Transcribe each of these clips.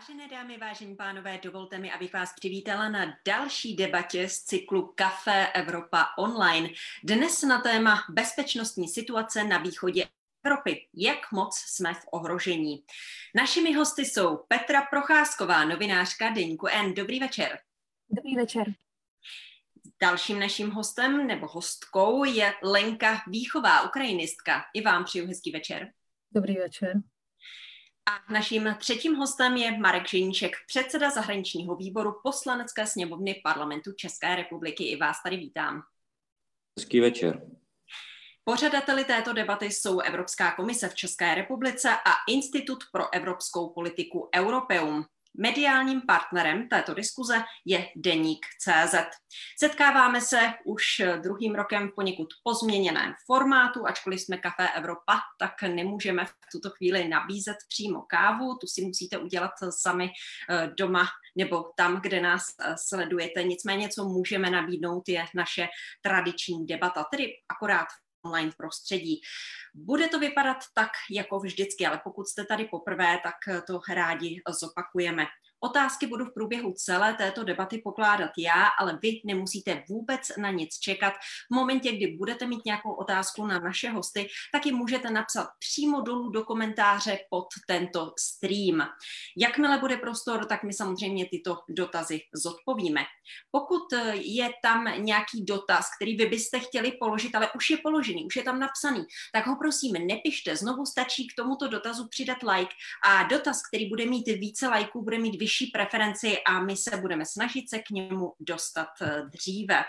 Vážené dámy, vážení pánové, dovolte mi, abych vás přivítala na další debatě z cyklu Café Evropa Online. Dnes na téma bezpečnostní situace na východě Evropy. Jak moc jsme v ohrožení? Našimi hosty jsou Petra Procházková, novinářka deníku N. Dobrý večer. Dobrý večer. Dalším naším hostem nebo hostkou je Lenka Víchová, ukrajinistka. I vám přeju hezký večer. Dobrý večer. A naším třetím hostem je Marek Ženíšek, předseda zahraničního výboru Poslanecké sněmovny Parlamentu České republiky. I vás tady vítám. Hezký večer. Pořadateli této debaty jsou Evropská komise v České republice a Institut pro evropskou politiku Europeum. Mediálním partnerem této diskuze je Deník CZ. Setkáváme se už druhým rokem v poněkud pozměněném formátu, ačkoliv jsme Café Evropa, tak nemůžeme v tuto chvíli nabízet přímo kávu, tu si musíte udělat sami doma nebo tam, kde nás sledujete. Nicméně, co můžeme nabídnout, je naše tradiční debata, tedy akorát online prostředí. Bude to vypadat tak, jako vždycky, ale pokud jste tady poprvé, tak to rádi zopakujeme. Otázky budu v průběhu celé této debaty pokládat já, ale vy nemusíte vůbec na nic čekat. V momentě, kdy budete mít nějakou otázku na naše hosty, tak ji můžete napsat přímo dolů do komentáře pod tento stream. Jakmile bude prostor, tak my samozřejmě tyto dotazy zodpovíme. Pokud je tam nějaký dotaz, který vy byste chtěli položit, ale už je položený, už je tam napsaný, tak ho prosím nepište. Znovu stačí k tomuto dotazu přidat like a dotaz, který bude mít více lajků, bude mít vyšší preferenci a my se budeme snažit se k němu dostat dříve.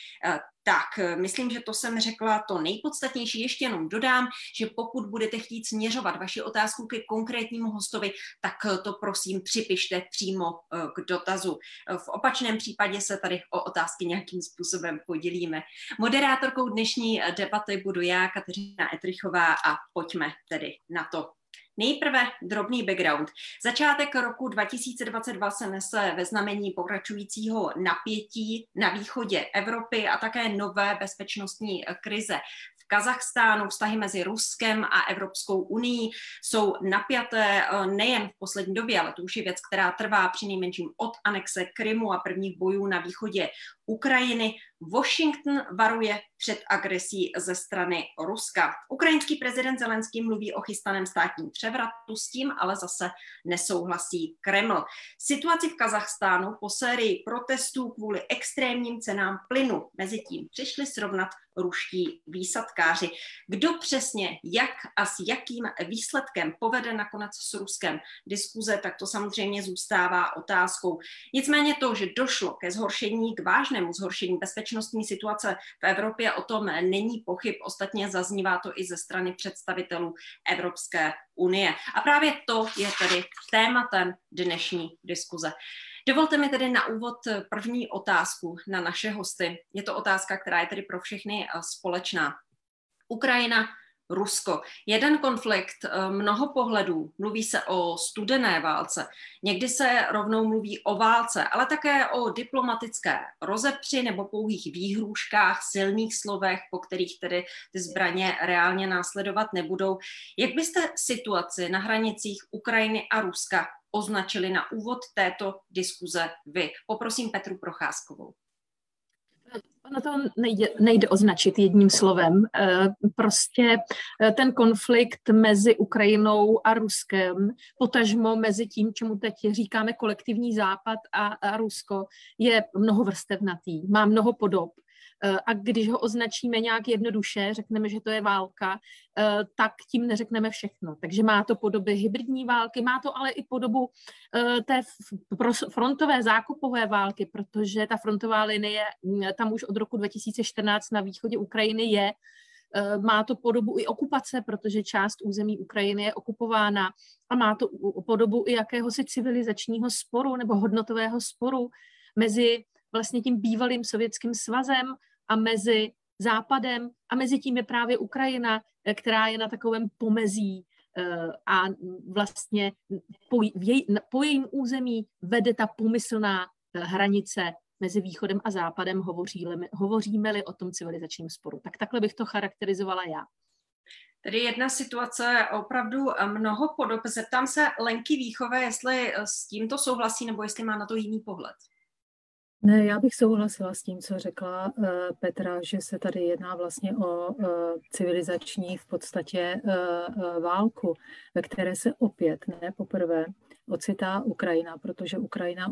Tak, myslím, že to jsem řekla to nejpodstatnější. Ještě jenom dodám, že pokud budete chtít směřovat vaši otázku ke konkrétnímu hostovi, tak to prosím připište přímo k dotazu. V opačném případě se tady o otázky nějakým způsobem podělíme. Moderátorkou dnešní debaty budu já, Kateřina Etrichová, a pojďme tedy na to. Nejprve drobný background. Začátek roku 2022 se nese ve znamení pokračujícího napětí na východě Evropy a také nové bezpečnostní krize. V Kazachstánu vztahy mezi Ruskem a Evropskou unií jsou napjaté nejen v poslední době, ale to už je věc, která trvá přinejmenším od anexe Krymu a prvních bojů na východě Ukrajiny. Washington varuje před agresí ze strany Ruska. Ukrajinský prezident Zelenský mluví o chystaném státním převratu, s tím ale zase nesouhlasí Kreml. Situaci v Kazachstánu po sérii protestů kvůli extrémním cenám plynu mezitím přišli srovnat ruští výsadkáři. Kdo přesně, jak a s jakým výsledkem povede nakonec s Ruskem diskuze, tak to samozřejmě zůstává otázkou. Nicméně to, že došlo ke zhoršení, k vážnému zhoršení bezpečnostní situace v Evropě, o tom není pochyb. Ostatně zaznívá to i ze strany představitelů Evropské unie. A právě to je tedy tématem dnešní diskuze. Dovolte mi tedy na úvod první otázku na naše hosty. Je to otázka, která je tedy pro všechny společná. Ukrajina, Rusko. Jeden konflikt, mnoho pohledů. Mluví se o studené válce. Někdy se rovnou mluví o válce, ale také o diplomatické rozepři nebo pouhých výhrůžkách, silných slovech, po kterých tedy ty zbraně reálně následovat nebudou. Jak byste situaci na hranicích Ukrajiny a Ruska označili na úvod této diskuze vy? Poprosím Petru Procházkovou. Ono to nejde označit jedním slovem. Prostě ten konflikt mezi Ukrajinou a Ruskem, potažmo mezi tím, čemu teď říkáme kolektivní západ a Rusko, je mnohovrstevnatý, má mnoho podob. A když ho označíme nějak jednoduše, řekneme, že to je válka, tak tím neřekneme všechno. Takže má to podoby hybridní války, má to ale i podobu té frontové zákopové války, protože ta frontová linie tam už od roku 2014 na východě Ukrajiny je. Má to podobu i okupace, protože část území Ukrajiny je okupována, a má to podobu i jakéhosi civilizačního sporu nebo hodnotového sporu mezi vlastně tím bývalým Sovětským svazem a mezi Západem, a mezi tím je právě Ukrajina, která je na takovém pomezí a vlastně po jejím území vede ta pomyslná hranice mezi východem a západem, hovoříme-li o tom civilizačním sporu. Tak takhle bych to charakterizovala já. Tedy jedna situace, opravdu mnoho podob. Zeptám se Lenky Víchové, jestli s tímto souhlasí, nebo jestli má na to jiný pohled. Ne, já bych souhlasila s tím, co řekla Petra, že se tady jedná vlastně o civilizační v podstatě válku, ve které se opět, ne poprvé, ocitá Ukrajina, protože Ukrajina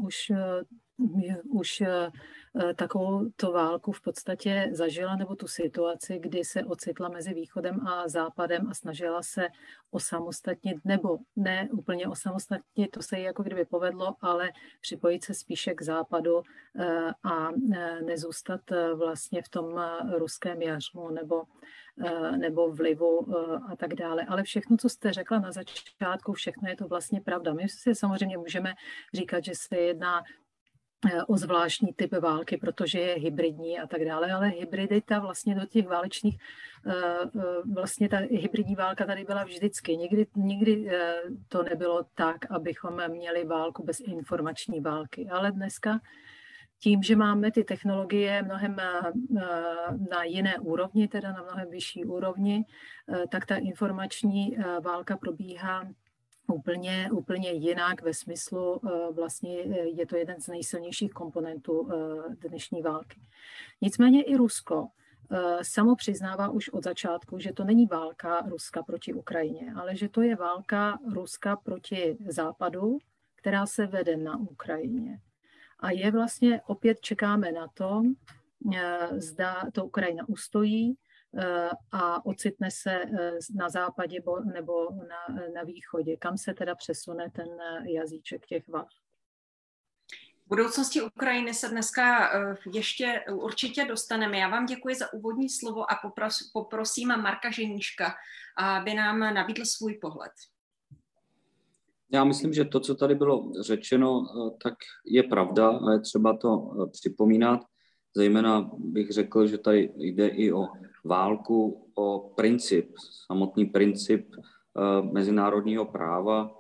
už takovou tu válku v podstatě zažila, nebo tu situaci, kdy se ocitla mezi východem a západem a snažila se osamostatnit, nebo ne úplně osamostatnit, to se jí jako kdyby povedlo, ale připojit se spíše k západu a nezůstat vlastně v tom ruském jařmu nebo vlivu a tak dále. Ale všechno, co jste řekla na začátku, všechno je to vlastně pravda. My si samozřejmě můžeme říkat, že se jedná o zvláštní typ války, protože je hybridní a tak dále, ale hybridita vlastně do těch válečných, vlastně ta hybridní válka tady byla vždycky. Nikdy to nebylo tak, abychom měli válku bez informační války, ale dneska tím, že máme ty technologie mnohem na jiné úrovni, teda na mnohem vyšší úrovni, tak ta informační válka probíhá úplně jinak ve smyslu, vlastně je to jeden z nejsilnějších komponentů dnešní války. Nicméně i Rusko samo přiznává už od začátku, že to není válka Ruska proti Ukrajině, ale že to je válka Ruska proti Západu, která se vede na Ukrajině. A je vlastně, opět čekáme na to, zda to Ukrajina ustojí a ocitne se na západě nebo na východě. Kam se teda přesune ten jazyček těch vah? V budoucnosti Ukrajiny se dneska ještě určitě dostaneme. Já vám děkuji za úvodní slovo a poprosím Marka Ženíška, aby nám nabídl svůj pohled. Já myslím, že to, co tady bylo řečeno, tak je pravda a je třeba to připomínat. Zejména bych řekl, že tady jde i o válku, o princip, samotný princip mezinárodního práva.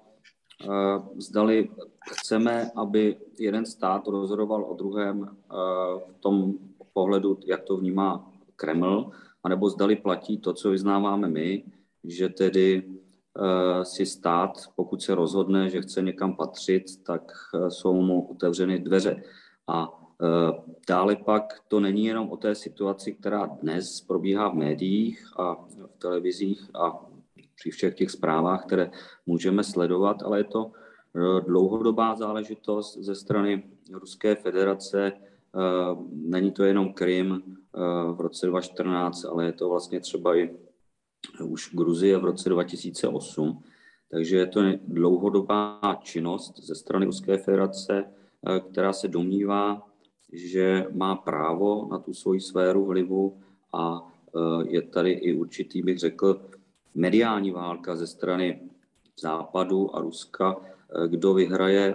Zdali chceme, aby jeden stát rozhodoval o druhém v tom pohledu, jak to vnímá Kreml, anebo zdali platí to, co vyznáváme my, že tedy si stát, pokud se rozhodne, že chce někam patřit, tak jsou mu otevřeny dveře. A dále pak to není jenom o té situaci, která dnes probíhá v médiích a v televizích a při všech těch zprávách, které můžeme sledovat, ale je to dlouhodobá záležitost ze strany Ruské federace. Není to jenom Krym v roce 2014, ale je to vlastně třeba i už Gruzie v roce 2008. Takže je to dlouhodobá činnost ze strany Ruské federace, která se domnívá, že má právo na tu svoji sféru vlivu a je tady i určitý, bych řekl, mediální válka ze strany Západu a Ruska, kdo vyhraje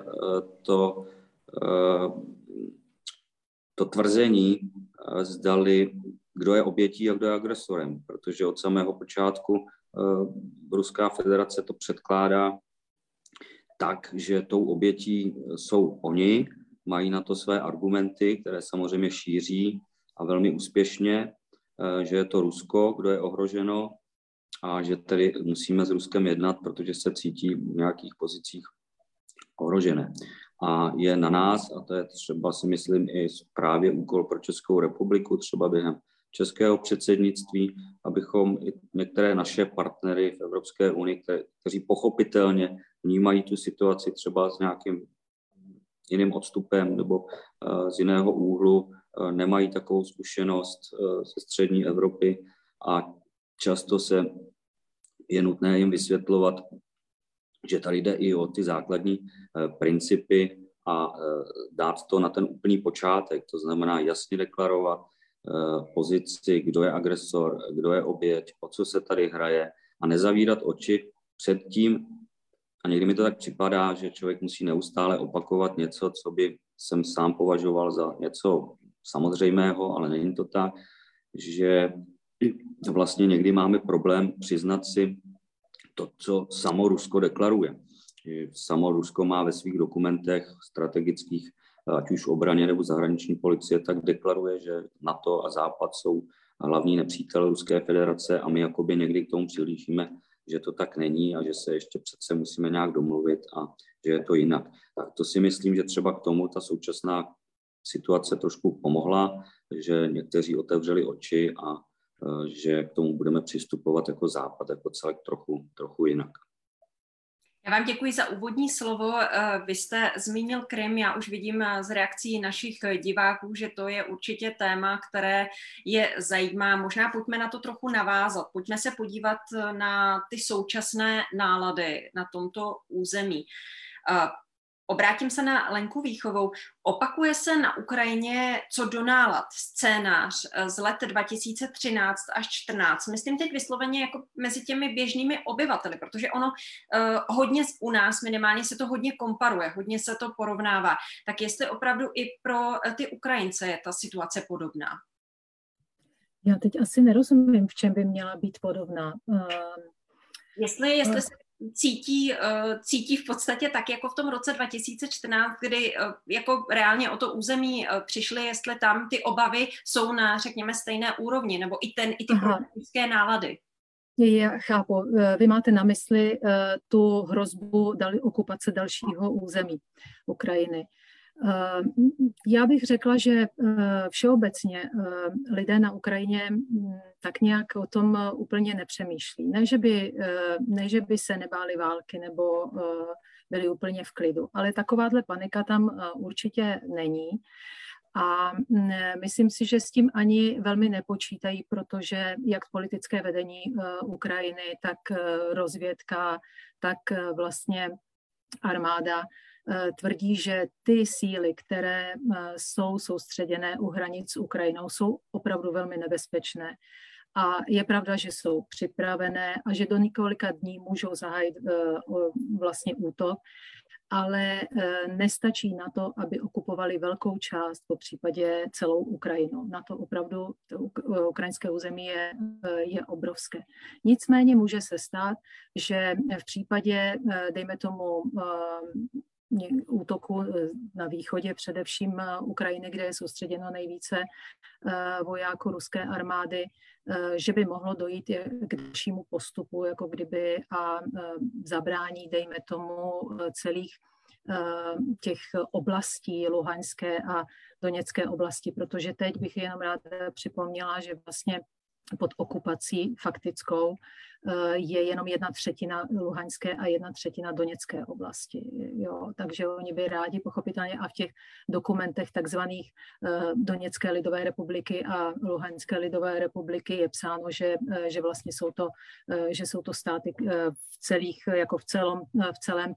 to tvrzení, zdali kdo je obětí a kdo je agresorem, protože od samého počátku Ruská federace to předkládá tak, že tou obětí jsou oni, mají na to své argumenty, které samozřejmě šíří a velmi úspěšně, že je to Rusko, kdo je ohroženo a že tedy musíme s Ruskem jednat, protože se cítí v nějakých pozicích ohrožené. A je na nás, a to je třeba si myslím i právě úkol pro Českou republiku, třeba během českého předsednictví, abychom i některé naše partnery v Evropské unii, kteří pochopitelně vnímají tu situaci třeba s nějakým jiným odstupem nebo z jiného úhlu, nemají takovou zkušenost ze střední Evropy a často je nutné jim vysvětlovat, že tady jde i o ty základní principy a dát to na ten úplný počátek, to znamená jasně deklarovat pozici, kdo je agresor, kdo je oběť, o co se tady hraje a nezavírat oči před tím, a někdy mi to tak připadá, že člověk musí neustále opakovat něco, co by jsem sám považoval za něco samozřejmého, ale není to tak, že vlastně někdy máme problém přiznat si to, co samo Rusko deklaruje. Samo Rusko má ve svých dokumentech strategických, ať už obraně nebo zahraniční policie, tak deklaruje, že NATO a Západ jsou hlavní nepřítel Ruské federace a my jakoby někdy k tomu přihlížíme, že to tak není a že se ještě přece musíme nějak domluvit a že je to jinak. Tak to si myslím, že třeba k tomu ta současná situace trošku pomohla, že někteří otevřeli oči a že k tomu budeme přistupovat jako Západ, jako celek trochu jinak. Já vám děkuji za úvodní slovo. Vy jste zmínil Krym, já už vidím z reakcí našich diváků, že to je určitě téma, které je zajímá. Možná pojďme na to trochu navázat. Pojďme se podívat na ty současné nálady na tomto území. Obrátím se na Lenku Víchovou. Opakuje se na Ukrajině co do nálad scénář z let 2013 až 2014. Myslím teď vysloveně jako mezi těmi běžnými obyvateli, protože ono hodně u nás minimálně se to hodně komparuje, hodně se to porovnává. Tak jestli opravdu i pro ty Ukrajince je ta situace podobná? Já teď asi nerozumím, v čem by měla být podobná. Jestli se cítí v podstatě tak, jako v tom roce 2014, kdy jako reálně o to území přišli, jestli tam ty obavy jsou na, řekněme, stejné úrovni, nebo i ty proruské nálady. Já chápu. Vy máte na mysli tu hrozbu okupace dalšího území Ukrajiny. Já bych řekla, že všeobecně lidé na Ukrajině tak nějak o tom úplně nepřemýšlí. Ne, že by se nebáli války nebo byli úplně v klidu, ale takováhle panika tam určitě není. A myslím si, že s tím ani velmi nepočítají, protože jak politické vedení Ukrajiny, tak rozvědka, tak vlastně armáda tvrdí, že ty síly, které jsou soustředěné u hranic s Ukrajinou, jsou opravdu velmi nebezpečné. A je pravda, že jsou připravené a že do několika dní můžou zahájit vlastně útok, ale nestačí na to, aby okupovali velkou část, po případě celou Ukrajinu. Na to opravdu to ukrajinské území je obrovské. Nicméně může se stát, že v případě, dejme tomu, útoku na východě, především Ukrajiny, kde je soustředěno nejvíce vojáků ruské armády, že by mohlo dojít k dalšímu postupu, jako kdyby a zabrání, dejme tomu, celých těch oblastí Luhanské a Doněcké oblasti, protože teď bych jenom ráda připomněla, že vlastně pod okupací faktickou je jenom 1/3 Luhanské a 1/3 Doněcké oblasti. Jo, takže oni by rádi pochopitelně a v těch dokumentech takzvaných Doněcké lidové republiky a Luhanské lidové republiky je psáno, že vlastně jsou to státy v celém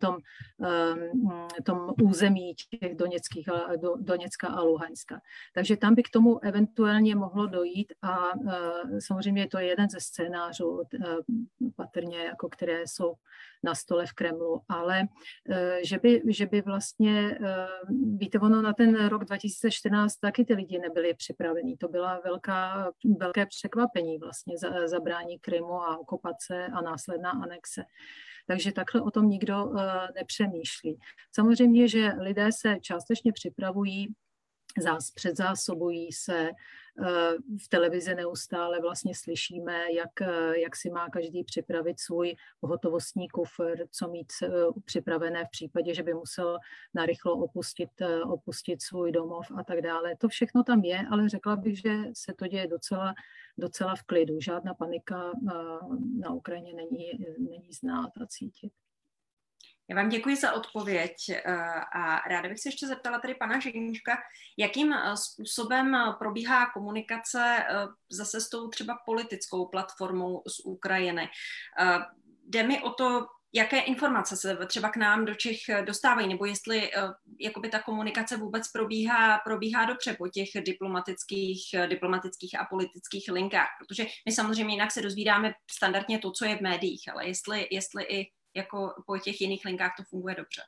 tom území těch Doněcka a Luhanska. Takže tam by k tomu eventuálně mohlo dojít a samozřejmě to je jeden ze scénářů, patrně, jako které jsou na stole v Kremlu, ale že by vlastně, víte, ono na ten rok 2014 taky ty lidi nebyli připravení. To byla velké překvapení vlastně zabrání Krymu a okupace a následná anexe. Takže takhle o tom nikdo nepřemýšlí. Samozřejmě, že lidé se částečně připravují, předzásobují se, v televizi neustále vlastně slyšíme, jak si má každý připravit svůj pohotovostní kufr, co mít připravené v případě, že by musel narychlo opustit svůj domov a tak dále. To všechno tam je, ale řekla bych, že se to děje docela v klidu. Žádná panika na Ukrajině není znát a cítit. Já vám děkuji za odpověď a ráda bych se ještě zeptala tady pana Ženíška, jakým způsobem probíhá komunikace zase s tou třeba politickou platformou z Ukrajiny. Jde mi o to, jaké informace se třeba k nám do Čech dostávají, nebo jestli jakoby ta komunikace vůbec probíhá dobře po těch diplomatických a politických linkách, protože my samozřejmě jinak se dozvídáme standardně to, co je v médiích, ale jestli i jako po těch jiných linkách to funguje dobře.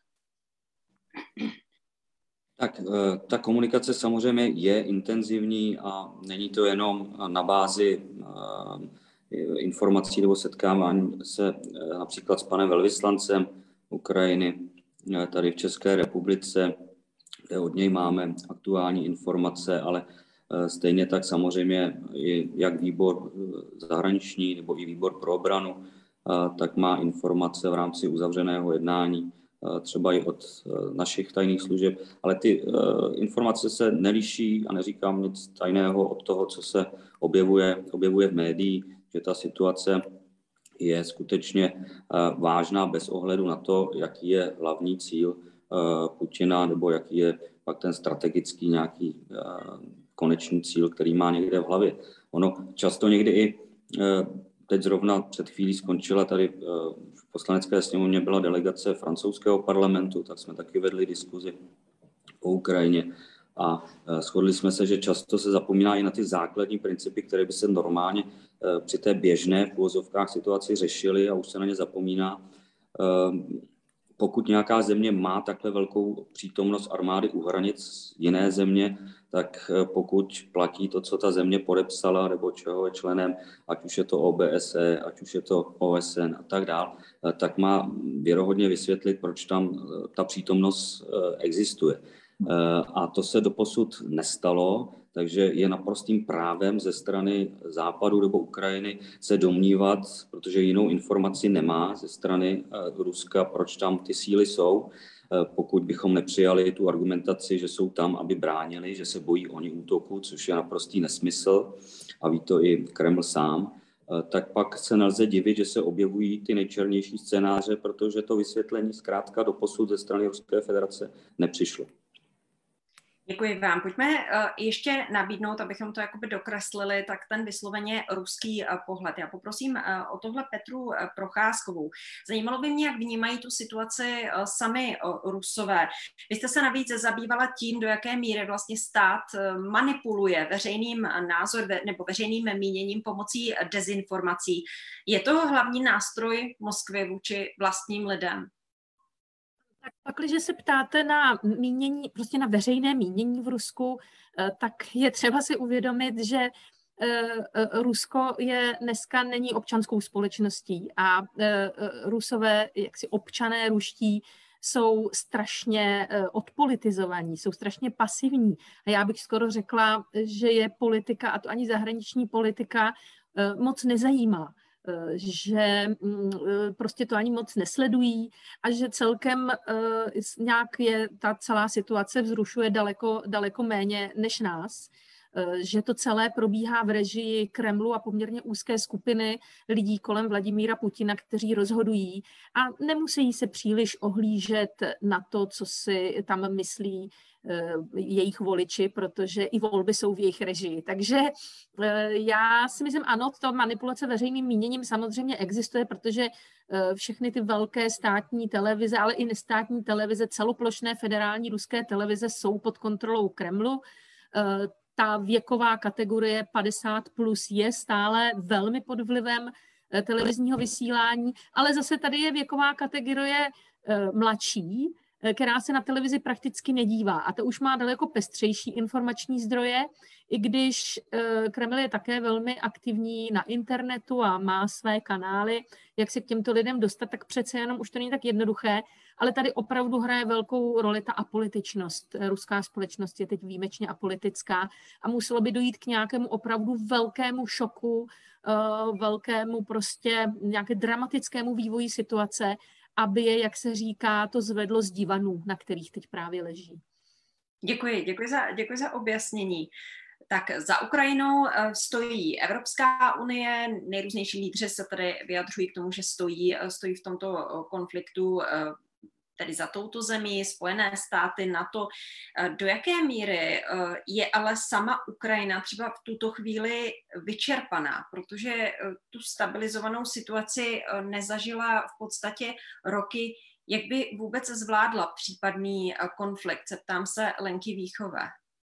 Tak ta komunikace samozřejmě je intenzivní a není to jenom na bázi informací nebo setkávání se například s panem velvyslancem Ukrajiny tady v České republice, kde od něj máme aktuální informace, ale Stejně tak samozřejmě jak výbor zahraniční nebo i výbor pro obranu, tak má informace v rámci uzavřeného jednání, třeba i od našich tajných služeb, ale ty informace se neliší a neříkám nic tajného od toho, co se objevuje v médiích, že ta situace je skutečně vážná bez ohledu na to, jaký je hlavní cíl Putina nebo jaký je pak ten strategický nějaký konečný cíl, který má někde v hlavě. Ono často někdy i teď zrovna před chvílí skončila tady v poslanecké sněmovně byla delegace francouzského parlamentu, tak jsme taky vedli diskuzi o Ukrajině a shodli jsme se, že často se zapomíná i na ty základní principy, které by se normálně při té běžné v uvozovkách situaci řešily a už se na ně zapomíná. Pokud nějaká země má takhle velkou přítomnost armády u hranic jiné země, tak pokud platí to, co ta země podepsala nebo čeho je členem, ať už je to OBSE, ať už je to OSN a tak dál, tak má věrohodně vysvětlit, proč tam ta přítomnost existuje. A to se doposud nestalo, takže je naprostým právem ze strany Západu nebo Ukrajiny se domnívat, protože jinou informaci nemá ze strany Ruska, proč tam ty síly jsou, pokud bychom nepřijali tu argumentaci, že jsou tam, aby bránili, že se bojí oni útoku, což je naprostý nesmysl a ví to i Kreml sám, tak pak se nelze divit, že se objevují ty nejčernější scénáře, protože to vysvětlení zkrátka doposud ze strany Ruské federace nepřišlo. Děkuji vám. Pojďme ještě nabídnout, abychom to jakoby dokreslili, tak ten vysloveně ruský pohled. Já poprosím o tohle Petru Procházkovou. Zajímalo by mě, jak vnímají tu situaci sami Rusové. Vy jste se navíc zabývala tím, do jaké míry vlastně stát manipuluje veřejným názor nebo veřejným míněním pomocí dezinformací. Je to hlavní nástroj Moskvy vůči vlastním lidem? Tak pakliže se ptáte na mínění, prostě na veřejné mínění v Rusku, tak je třeba si uvědomit, že Rusko dneska není občanskou společností a Rusové, jaksi občané ruští, jsou strašně odpolitizovaní, jsou strašně pasivní. A já bych skoro řekla, že je politika, a to ani zahraniční politika, moc nezajímá, že prostě to ani moc nesledují a že celkem nějak je ta celá situace vzrušuje daleko méně než nás, že to celé probíhá v režii Kremlu a poměrně úzké skupiny lidí kolem Vladimíra Putina, kteří rozhodují a nemusí se příliš ohlížet na to, co si tam myslí jejich voliči, protože i volby jsou v jejich režii. Takže já si myslím, ano, to manipulace veřejným míněním samozřejmě existuje, protože všechny ty velké státní televize, ale i nestátní televize, celoplošné federální ruské televize jsou pod kontrolou Kremlu. Ta věková kategorie 50 plus je stále velmi pod vlivem televizního vysílání, ale zase tady je věková kategorie mladší, která se na televizi prakticky nedívá. A to už má daleko pestřejší informační zdroje, i když Kreml je také velmi aktivní na internetu a má své kanály, jak se k těmto lidem dostat, tak přece jenom už to není tak jednoduché, ale tady opravdu hraje velkou roli ta apolitičnost. Ruská společnost je teď výjimečně apolitická a muselo by dojít k nějakému opravdu velkému šoku, velkému prostě nějaké dramatickému vývoji situace, aby je, jak se říká, to zvedlo z divanů, na kterých teď právě leží. Děkuji za objasnění. Tak za Ukrajinou stojí Evropská unie, nejrůznější lídři se tady vyjadřují k tomu, že stojí v tomto konfliktu tedy za touto zemí, Spojené státy, NATO. Do jaké míry je ale sama Ukrajina třeba v tuto chvíli vyčerpaná, protože tu stabilizovanou situaci nezažila v podstatě roky. Jak by vůbec zvládla případný konflikt? Ptám se Lenky Víchové.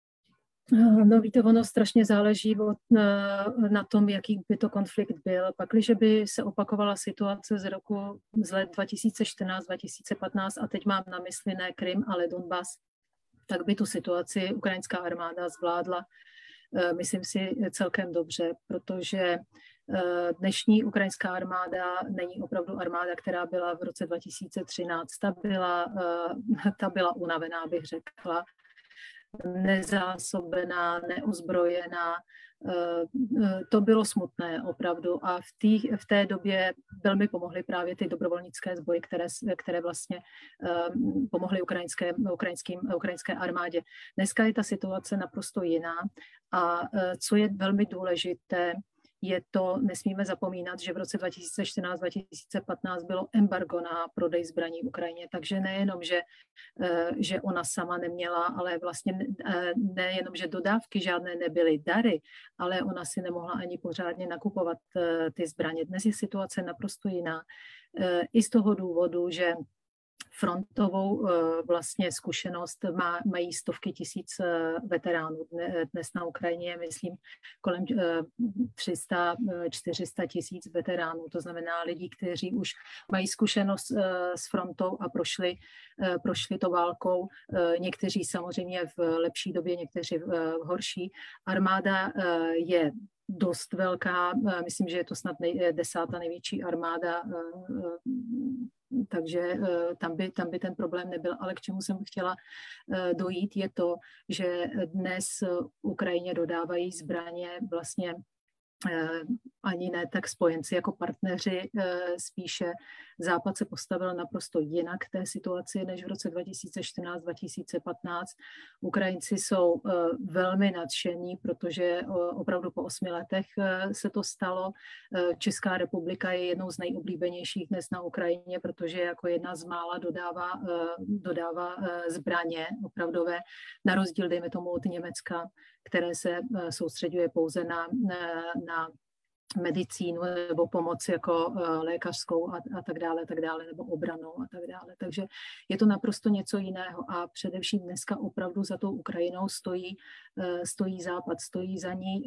No víte, ono strašně záleží na tom, jaký by to konflikt byl. Pakliže by se opakovala situace z let 2014, 2015 a teď mám na mysli ne Krym, ale Donbas, tak by tu situaci ukrajinská armáda zvládla, myslím si, celkem dobře, protože dnešní ukrajinská armáda není opravdu armáda, která byla v roce 2013. Ta byla unavená, bych řekla. nezásobená, neozbrojená. To bylo smutné opravdu a v té době velmi pomohly právě ty dobrovolnické sbory, které vlastně pomohly ukrajinské armádě. Dneska je ta situace naprosto jiná a co je velmi důležité, je to, nesmíme zapomínat, že v roce 2014-2015 bylo embargo na prodej zbraní Ukrajině, takže nejenom, že ona sama neměla, ale vlastně nejenom, že dodávky žádné nebyly, dary, ale ona si nemohla ani pořádně nakupovat ty zbraně. Dnes je situace naprosto jiná. I z toho důvodu, že frontovou vlastně zkušenost mají stovky tisíc veteránů. Dnes na Ukrajině je, myslím, kolem 300-400 tisíc veteránů. To znamená lidí, kteří už mají zkušenost s frontou a prošli to válkou. Někteří samozřejmě v lepší době, někteří v horší. Armáda je dost velká, myslím, že je to snad 10. největší armáda, takže tam by ten problém nebyl. Ale k čemu jsem chtěla dojít, je to, že dnes Ukrajině dodávají zbraně vlastně ani ne tak spojenci jako partneři, spíše Západ se postavil naprosto jinak k té situaci než v roce 2014-2015. Ukrajinci jsou velmi nadšení, protože opravdu po 8 letech se to stalo. Česká republika je jednou z nejoblíbenějších dnes na Ukrajině, protože jako jedna z mála dodává zbraně opravdové, na rozdíl, dejme tomu, od Německa, které se soustředuje pouze na medicínu nebo pomoc jako lékařskou a tak dále, nebo obranou a tak dále. Takže je to naprosto něco jiného a především dneska opravdu za tou Ukrajinou stojí Západ, stojí za ní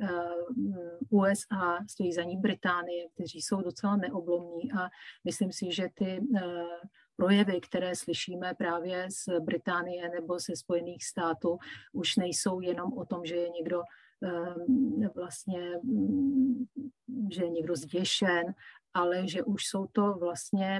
USA, stojí za ní Británie, kteří jsou docela neoblomní a myslím si, že ty projevy, které slyšíme právě z Británie nebo ze Spojených států, už nejsou jenom o tom, že je někdo vlastně, že je někdo zděšen, ale že už jsou to vlastně,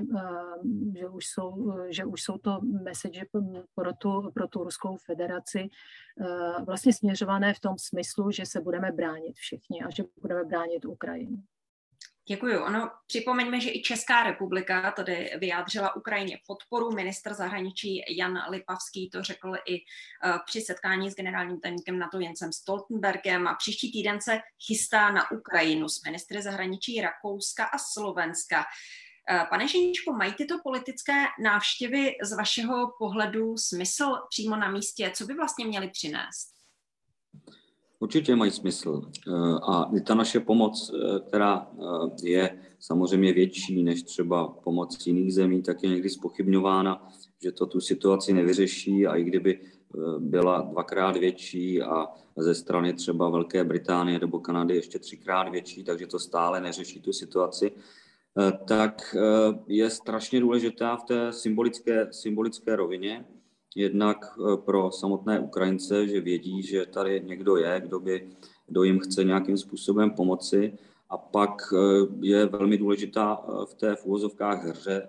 že už jsou to message pro tu Ruskou federaci vlastně směřované v tom smyslu, že se budeme bránit všichni a že budeme bránit Ukrajinu. Děkuji. Ono, připomeňme, že i Česká republika tady vyjádřila Ukrajině podporu. Ministr zahraničí Jan Lipavský to řekl i při setkání s generálním tajemníkem NATO Jensem Stoltenbergem a příští týden se chystá na Ukrajinu s ministry zahraničí Rakouska a Slovenska. Pane Ženíčku, mají tyto politické návštěvy z vašeho pohledu smysl přímo na místě? Co by vlastně měly přinést? Určitě mají smysl. A i ta naše pomoc, která je samozřejmě větší než třeba pomoc jiných zemí, tak je někdy zpochybňována, že to tu situaci nevyřeší a i kdyby byla 2x větší a ze strany třeba Velké Británie nebo Kanady ještě 3x větší, takže to stále neřeší tu situaci, tak je strašně důležitá v té symbolické rovině. Jednak pro samotné Ukrajince, že vědí, že tady někdo je, kdo jim chce nějakým způsobem pomoci. A pak je velmi důležitá v té v uvozovkách hře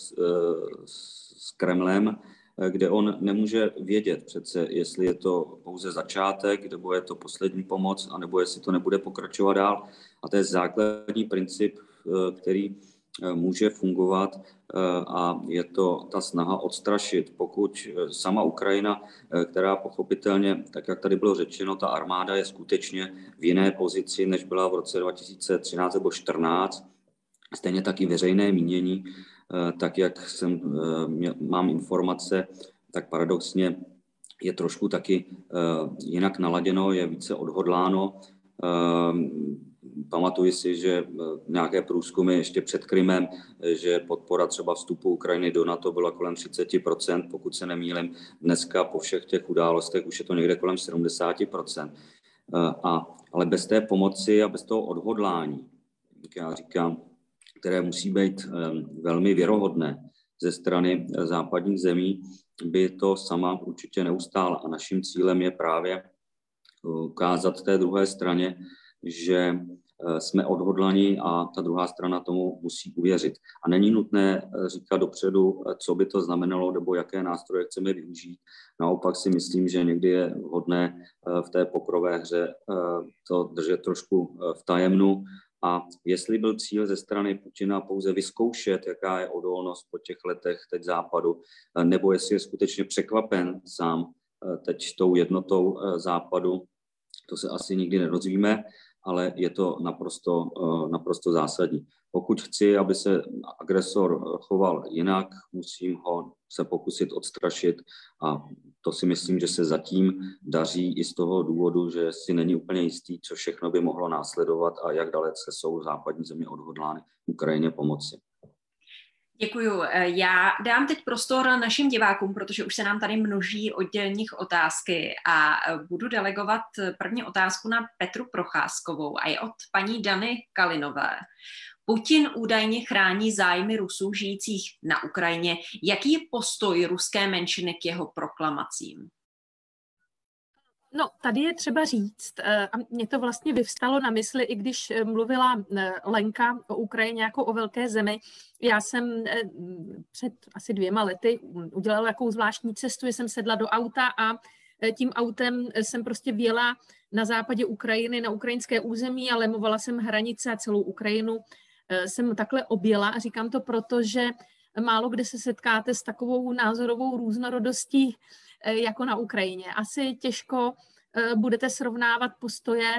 s Kremlem, kde on nemůže vědět přece, jestli je to pouze začátek, nebo je to poslední pomoc, anebo jestli to nebude pokračovat dál. A to je základní princip, který může fungovat a je to ta snaha odstrašit. Pokud sama Ukrajina, která pochopitelně, tak jak tady bylo řečeno, ta armáda je skutečně v jiné pozici, než byla v roce 2013 nebo 2014, stejně tak i veřejné mínění, tak jak mám informace, tak paradoxně je trošku taky jinak naladěno, je více odhodláno. Pamatuji si, že nějaké průzkumy ještě před Krymem, že podpora třeba vstupu Ukrajiny do NATO byla kolem 30%, pokud se nemýlím. Dneska po všech těch událostech už je to někde kolem 70%. Ale bez té pomoci a bez toho odhodlání, jak já říkám, které musí být velmi věrohodné ze strany západních zemí, by to sama určitě neustála. A naším cílem je právě ukázat té druhé straně, že jsme odhodlani a ta druhá strana tomu musí uvěřit. A není nutné říkat dopředu, co by to znamenalo nebo jaké nástroje chceme využít. Naopak si myslím, že někdy je vhodné v té pokrové hře to držet trošku v tajemnu. A jestli byl cíl ze strany Putina pouze vyzkoušet, jaká je odolnost po těch letech teď Západu, nebo jestli je skutečně překvapen sám teď tou jednotou Západu, to se asi nikdy nedozvíme, ale je to naprosto zásadní. Pokud chci, aby se agresor choval jinak, musím ho se pokusit odstrašit a to si myslím, že se zatím daří i z toho důvodu, že si není úplně jistý, co všechno by mohlo následovat a jak dalece jsou západní země odhodlány Ukrajině pomoci. Děkuju. Já dám teď prostor našim divákům, protože už se nám tady množí od nich otázky a budu delegovat první otázku na Petru Procházkovou a je od paní Dany Kalinové. Putin údajně chrání zájmy Rusů žijících na Ukrajině. Jaký je postoj ruské menšiny k jeho proklamacím? No, tady je třeba říct, a mě to vlastně vyvstalo na mysli, i když mluvila Lenka o Ukrajině jako o velké zemi. Já jsem před asi 2 lety udělala takovou zvláštní cestu, že jsem sedla do auta a tím autem jsem prostě vjela na západě Ukrajiny, na ukrajinské území a lemovala jsem hranice a celou Ukrajinu jsem takhle objela a říkám to proto, že málo kde se setkáte s takovou názorovou různorodostí jako na Ukrajině. Asi těžko budete srovnávat postoje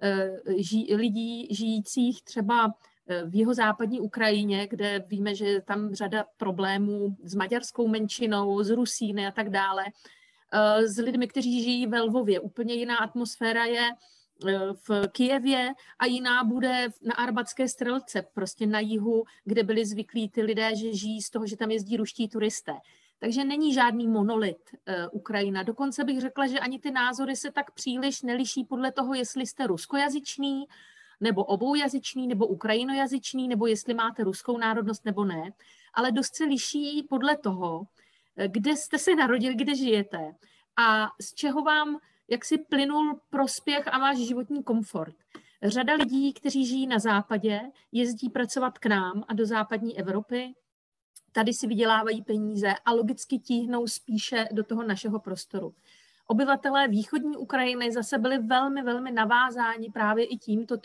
lidí žijících třeba v jihozápadní Ukrajině, kde víme, že je tam řada problémů s maďarskou menšinou, s Rusíny a tak dále, s lidmi, kteří žijí ve Lvově. Úplně jiná atmosféra je v Kyjevě a jiná bude na Arbatské Strelce, prostě na jihu, kde byli zvyklí ty lidé, že žijí z toho, že tam jezdí ruští turisté. Takže není žádný monolit Ukrajina. Dokonce bych řekla, že ani ty názory se tak příliš neliší podle toho, jestli jste ruskojazyčný, nebo oboujazyčný, nebo ukrajinojazyčný, nebo jestli máte ruskou národnost, nebo ne. Ale dost se liší podle toho, kde jste se narodili, kde žijete a z čeho vám jaksi plynul prospěch a váš životní komfort. Řada lidí, kteří žijí na západě, jezdí pracovat k nám a do západní Evropy, tady si vydělávají peníze a logicky tíhnou spíše do toho našeho prostoru. Obyvatelé východní Ukrajiny zase byli velmi, velmi navázáni právě i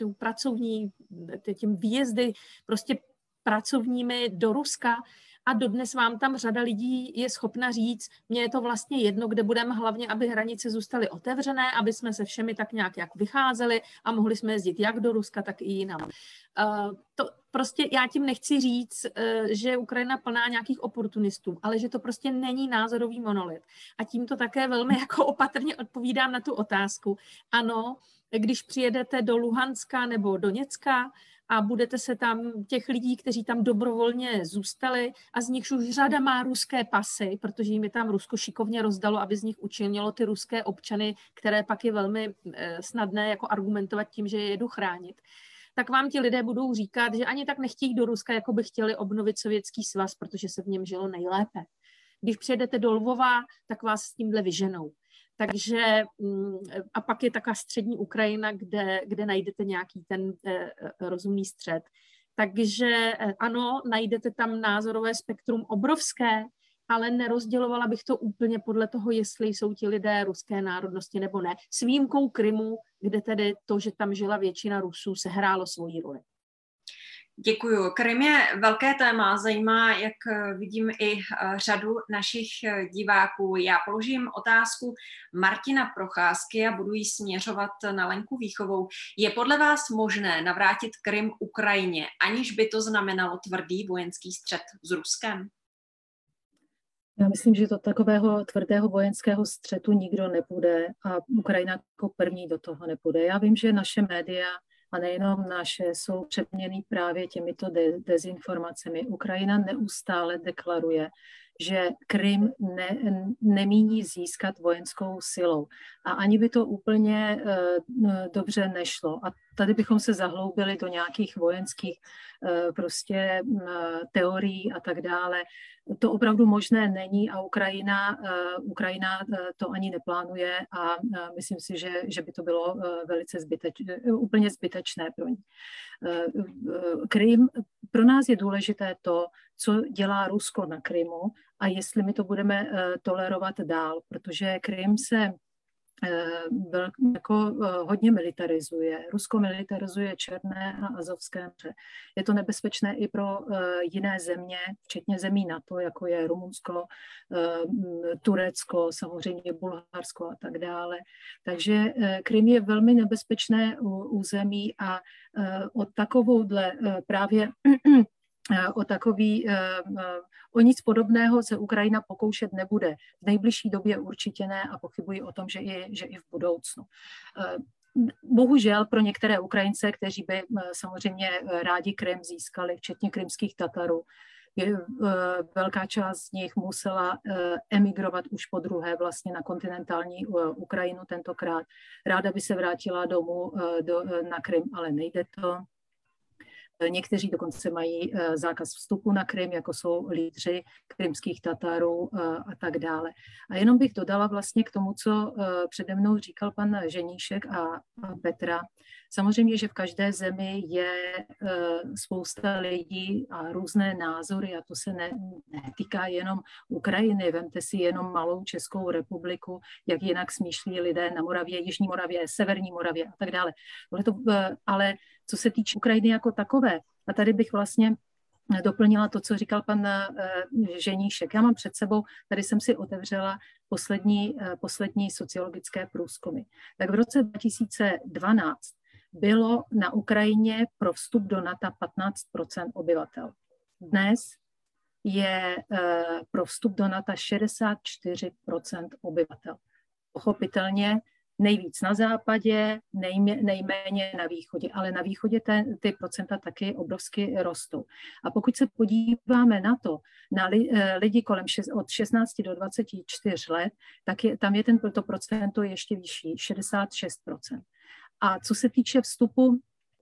tím výjezdy prostě pracovními do Ruska a dodnes vám tam řada lidí je schopna říct, mně je to vlastně jedno, kde budeme, hlavně, aby hranice zůstaly otevřené, aby jsme se všemi tak nějak vycházeli a mohli jsme jezdit jak do Ruska, tak i jinam. To prostě já tím nechci říct, že je Ukrajina plná nějakých oportunistů, ale že to prostě není názorový monolit. A tímto také velmi jako opatrně odpovídám na tu otázku. Ano, když přijedete do Luhanska nebo Doněcka a budete se tam těch lidí, kteří tam dobrovolně zůstali a z nich už řada má ruské pasy, protože jim je tam Rusko šikovně rozdalo, aby z nich učinilo ty ruské občany, které pak je velmi snadné jako argumentovat tím, že je jedu chránit, tak vám ti lidé budou říkat, že ani tak nechtějí do Ruska, jako by chtěli obnovit Sovětský svaz, protože se v něm žilo nejlépe. Když přijedete do Lvova, tak vás s tímhle vyženou. Takže a pak je taková střední Ukrajina, kde najdete nějaký ten rozumný střed. Takže ano, najdete tam názorové spektrum obrovské, ale nerozdělovala bych to úplně podle toho, jestli jsou ti lidé ruské národnosti nebo ne. S výjimkou Krymu, kde tedy to, že tam žila většina Rusů, sehrálo svoji roli. Děkuju. Krym je velké téma, zajímá, jak vidím, i řadu našich diváků. Já položím otázku Martina Procházky a budu ji směřovat na Lenku Víchovou. Je podle vás možné navrátit Krym Ukrajině, aniž by to znamenalo tvrdý vojenský střet s Ruskem? Já myslím, že do takového tvrdého vojenského střetu nikdo nepůjde a Ukrajina jako první do toho nepůjde. Já vím, že naše média a nejenom naše jsou přeměněny právě těmito dezinformacemi. Ukrajina neustále deklaruje, že Krym nemíní získat vojenskou silou. A ani by to úplně dobře nešlo. A tady bychom se zahloubili do nějakých vojenských prostě teorií a tak dále. To opravdu možné není a Ukrajina to ani neplánuje a myslím si, že by to bylo velice úplně zbytečné pro ní. Krym, pro nás je důležité to, co dělá Rusko na Krymu a jestli my to budeme tolerovat dál, protože Krym se jako hodně militarizuje. Rusko militarizuje Černé a Azovské moře. Je to nebezpečné i pro jiné země, včetně zemí NATO, jako je Rumunsko, Turecko, samozřejmě Bulharsko a tak dále. Takže Krym je velmi nebezpečné území a o takovouhle právě o nic podobného se Ukrajina pokoušet nebude. V nejbližší době určitě ne a pochybuji o tom, že i v budoucnu. Bohužel pro některé Ukrajince, kteří by samozřejmě rádi Krym získali, včetně krymských Tatarů, velká část z nich musela emigrovat už po druhé vlastně na kontinentální Ukrajinu tentokrát. Ráda by se vrátila domů na Krym, ale nejde to. Někteří dokonce mají zákaz vstupu na Krym, jako jsou lídři krymských Tatarů a tak dále. A jenom bych dodala vlastně k tomu, co přede mnou říkal pan Ženíšek a Petra. Samozřejmě, že v každé zemi je spousta lidí a různé názory a to se netýká jenom Ukrajiny. Vemte si jenom malou Českou republiku, jak jinak smýšlí lidé na Moravě, Jižní Moravě, Severní Moravě a tak dále. Ale co se týče Ukrajiny jako takové, a tady bych vlastně doplnila to, co říkal pan Ženíšek. Já mám před sebou, tady jsem si otevřela poslední sociologické průzkumy. Tak v roce 2012 bylo na Ukrajině pro vstup do NATO 15% obyvatel. Dnes je pro vstup do NATO 64% obyvatel. Pochopitelně nejvíc na západě, nejméně na východě, ale na východě ty procenta taky obrovsky rostou. A pokud se podíváme na to, na lidi od 16 do 24 let, tak tam je to procento ještě vyšší, 66%. A co se týče vstupu,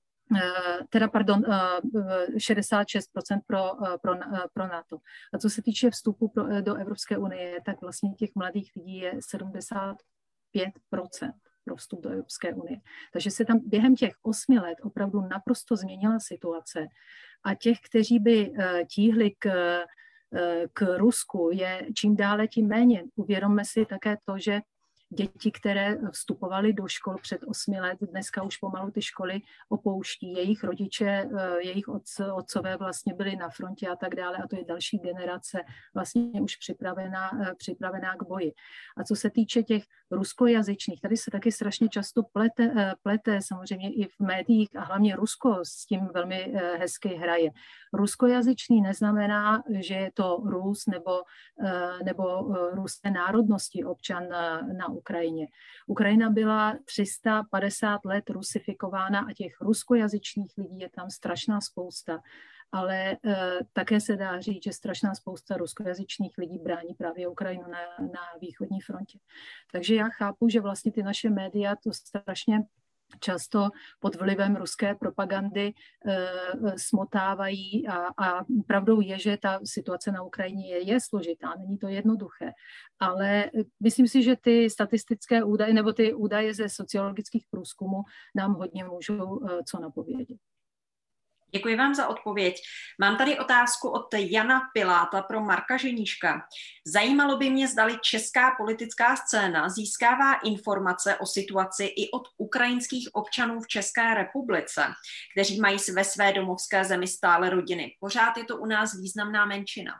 66% pro NATO. A co se týče vstupu do Evropské unie, tak vlastně těch mladých lidí je 75% pro vstup do Evropské unie. Takže se tam během těch 8 let opravdu naprosto změnila situace a těch, kteří by tíhli k Rusku, je čím dále tím méně. Uvědomme si také to, že děti, které vstupovaly do škol před 8 let, dneska už pomalu ty školy opouští. Jejich rodiče, jejich otcové vlastně byli na frontě a tak dále a to je další generace vlastně už připravená k boji. A co se týče těch ruskojazyčných, tady se taky strašně často plete samozřejmě i v médiích a hlavně Rusko s tím velmi hezky hraje. Ruskojazyčný neznamená, že je to Rus nebo ruské národnosti občan na Ukrajině. Ukrajina byla 350 let rusifikována a těch ruskojazyčných lidí je tam strašná spousta, ale také se dá říct, že strašná spousta ruskojazyčných lidí brání právě Ukrajinu na východní frontě. Takže já chápu, že vlastně ty naše média to strašně často pod vlivem ruské propagandy smotávají a pravdou je, že ta situace na Ukrajině je složitá, není to jednoduché, ale myslím si, že ty statistické údaje nebo ty údaje ze sociologických průzkumů nám hodně můžou co napovědět. Děkuji vám za odpověď. Mám tady otázku od Jana Piláta pro Marka Ženíška. Zajímalo by mě, zdali česká politická scéna získává informace o situaci i od ukrajinských občanů v České republice, kteří mají ve své domovské zemi stále rodiny. Pořád je to u nás významná menšina.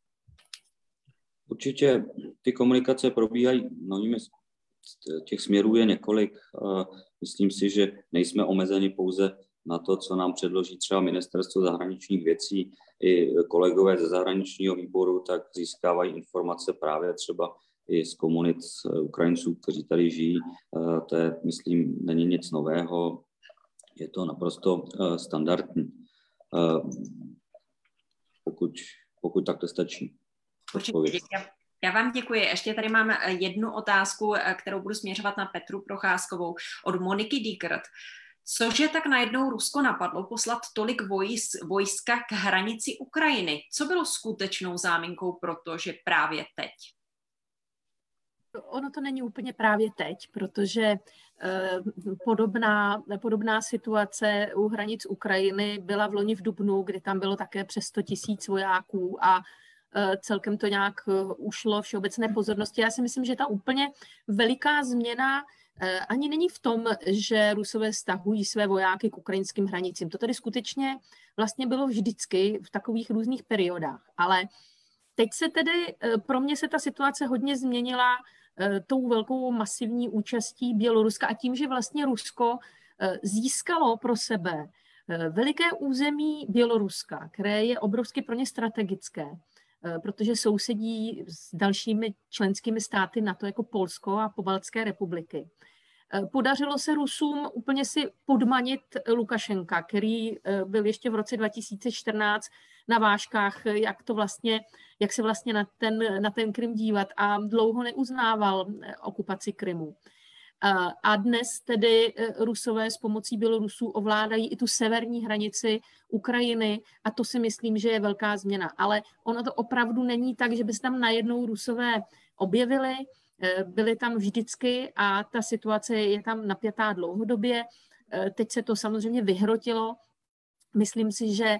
Určitě ty komunikace probíhají, těch směrů je několik. Myslím si, že nejsme omezeni pouze na to, co nám předloží třeba Ministerstvo zahraničních věcí i kolegové ze zahraničního výboru, tak získávají informace právě třeba i z komunit Ukrajinců, kteří tady žijí. To je, myslím, není nic nového, je to naprosto standardní. Pokud tak to stačí. odpověď. Já vám děkuji. Ještě tady mám jednu otázku, kterou budu směřovat na Petru Procházkovou od Moniky Diekert. Cože tak najednou Rusko napadlo poslat tolik vojska k hranici Ukrajiny? Co bylo skutečnou záminkou pro to, že právě teď? Ono to není úplně právě teď, protože podobná situace u hranic Ukrajiny byla v loni v dubnu, kdy tam bylo také přes 100 000 vojáků a celkem to nějak ušlo všeobecné pozornosti. Já si myslím, že ta úplně veliká změna ani není v tom, že Rusové stahují své vojáky k ukrajinským hranicím. To tedy skutečně vlastně bylo vždycky v takových různých periodách. Ale teď se tedy, pro mě se ta situace hodně změnila tou velkou masivní účastí Běloruska a tím, že vlastně Rusko získalo pro sebe veliké území Běloruska, které je obrovsky pro ně strategické, protože sousedí s dalšími členskými státy NATO jako Polsko a pobaltské republiky. Podařilo se Rusům úplně si podmanit Lukašenka, který byl ještě v roce 2014 na vážkách, jak se vlastně na ten Krym dívat a dlouho neuznával okupaci Krymu. A dnes tedy Rusové s pomocí Bělorusů ovládají i tu severní hranici Ukrajiny a to si myslím, že je velká změna. Ale ono to opravdu není tak, že by se tam najednou Rusové objevili, byli tam vždycky a ta situace je tam napjatá dlouhodobě. Teď se to samozřejmě vyhrotilo. Myslím si, že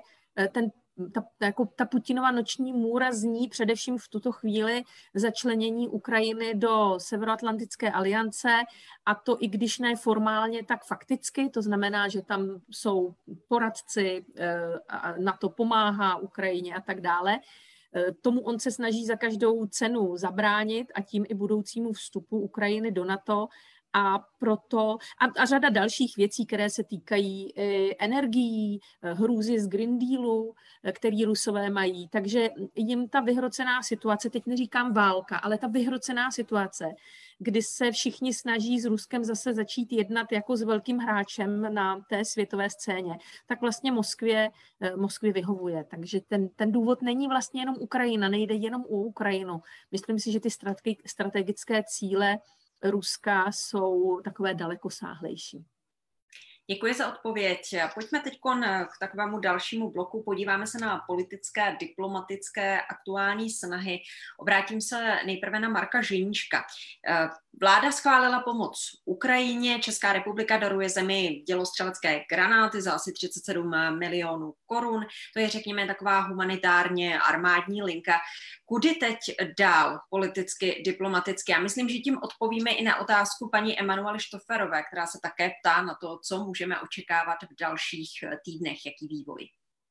ta Putinova noční můra zní především v tuto chvíli začlenění Ukrajiny do Severoatlantické aliance a to i když ne formálně, tak fakticky, to znamená, že tam jsou poradci, NATO pomáhá Ukrajině a tak dále. Tomu on se snaží za každou cenu zabránit a tím i budoucímu vstupu Ukrajiny do NATO a proto a řada dalších věcí, které se týkají energií, hrůzy z Green Dealu, který Rusové mají. Takže jim ta vyhrocená situace, teď neříkám válka, ale ta vyhrocená situace, kdy se všichni snaží s Ruskem zase začít jednat jako s velkým hráčem na té světové scéně, tak vlastně Moskvě vyhovuje. Takže ten důvod není vlastně jenom Ukrajina, nejde jenom o Ukrajinu. Myslím si, že ty strategické cíle Ruska jsou takové dalekosáhlejší. Děkuji za odpověď. Pojďme teď k takovému dalšímu bloku. Podíváme se na politické, diplomatické aktuální snahy. Obrátím se nejprve na Marka Ženíška. Vláda schválila pomoc Ukrajině. Česká republika daruje zemi dělostřelecké granáty za asi 37 milionů korun. To je, řekněme, taková humanitárně armádní linka. Kudy teď dál politicky, diplomaticky? Já myslím, že tím odpovíme i na otázku paní Emanuely Štoferové, která se také ptá na to, co můžeme očekávat v dalších týdnech, jaký vývoj.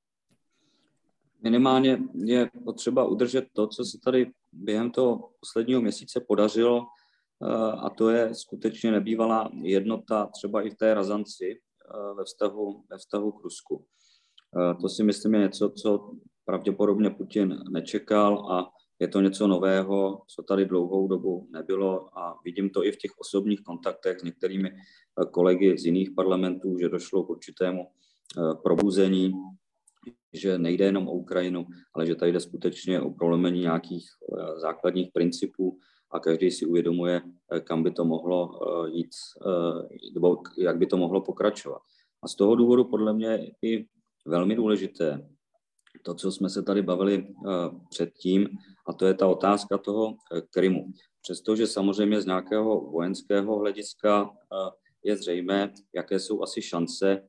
Minimálně je potřeba udržet to, co se tady během toho posledního měsíce podařilo, a to je skutečně nebývalá jednota třeba i v té razanci ve vztahu k Rusku. To si myslím je něco, co pravděpodobně Putin nečekal a je to něco nového, co tady dlouhou dobu nebylo a vidím to i v těch osobních kontaktech s některými kolegy z jiných parlamentů, že došlo k určitému probuzení, že nejde jenom o Ukrajinu, ale že tady jde skutečně o prolomení nějakých základních principů a každý si uvědomuje, kam by to mohlo jít, nebo jak by to mohlo pokračovat. A z toho důvodu podle mě je i velmi důležité to, co jsme se tady bavili předtím, a to je ta otázka toho Krymu. Přestože samozřejmě z nějakého vojenského hlediska je zřejmé, jaké jsou asi šance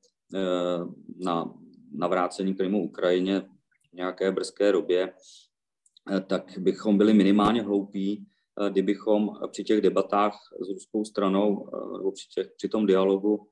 na navrácení Krymu Ukrajině v nějaké brzké době, tak bychom byli minimálně hloupí, kdybychom při těch debatách s ruskou stranou nebo při tom dialogu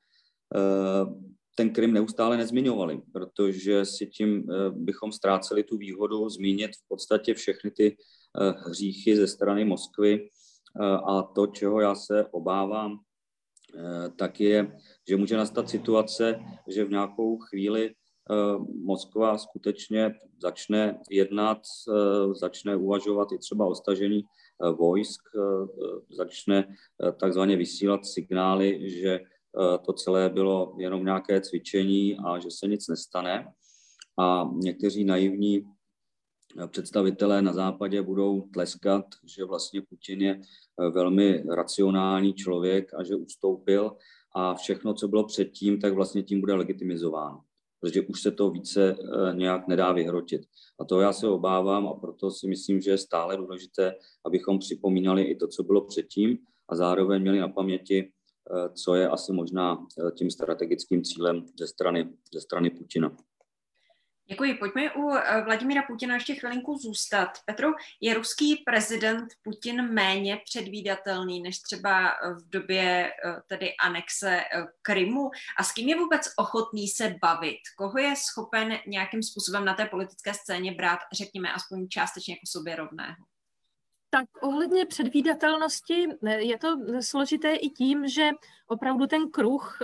ten Krym neustále nezmiňovali, protože si tím bychom ztráceli tu výhodu zmínit v podstatě všechny ty hříchy ze strany Moskvy a to, čeho já se obávám, tak je, že může nastat situace, že v nějakou chvíli Moskva skutečně začne jednat, začne uvažovat i třeba o stažení vojsk, začne takzvaně vysílat signály, že to celé bylo jenom nějaké cvičení a že se nic nestane. A někteří naivní představitelé na západě budou tleskat, že vlastně Putin je velmi racionální člověk a že ustoupil a všechno, co bylo předtím, tak vlastně tím bude legitimizováno, protože už se to více nějak nedá vyhrotit. A to já se obávám a proto si myslím, že je stále důležité, abychom připomínali i to, co bylo předtím a zároveň měli na paměti, co je asi možná tím strategickým cílem ze strany Putina. Děkuji. Pojďme u Vladimíra Putina ještě chvilinku zůstat. Petro, je ruský prezident Putin méně předvídatelný než třeba v době tedy anexe Krymu? A s kým je vůbec ochotný se bavit? Koho je schopen nějakým způsobem na té politické scéně brát, řekněme, aspoň částečně jako sobě rovného? Tak ohledně předvídatelnosti je to složité i tím, že opravdu ten kruh,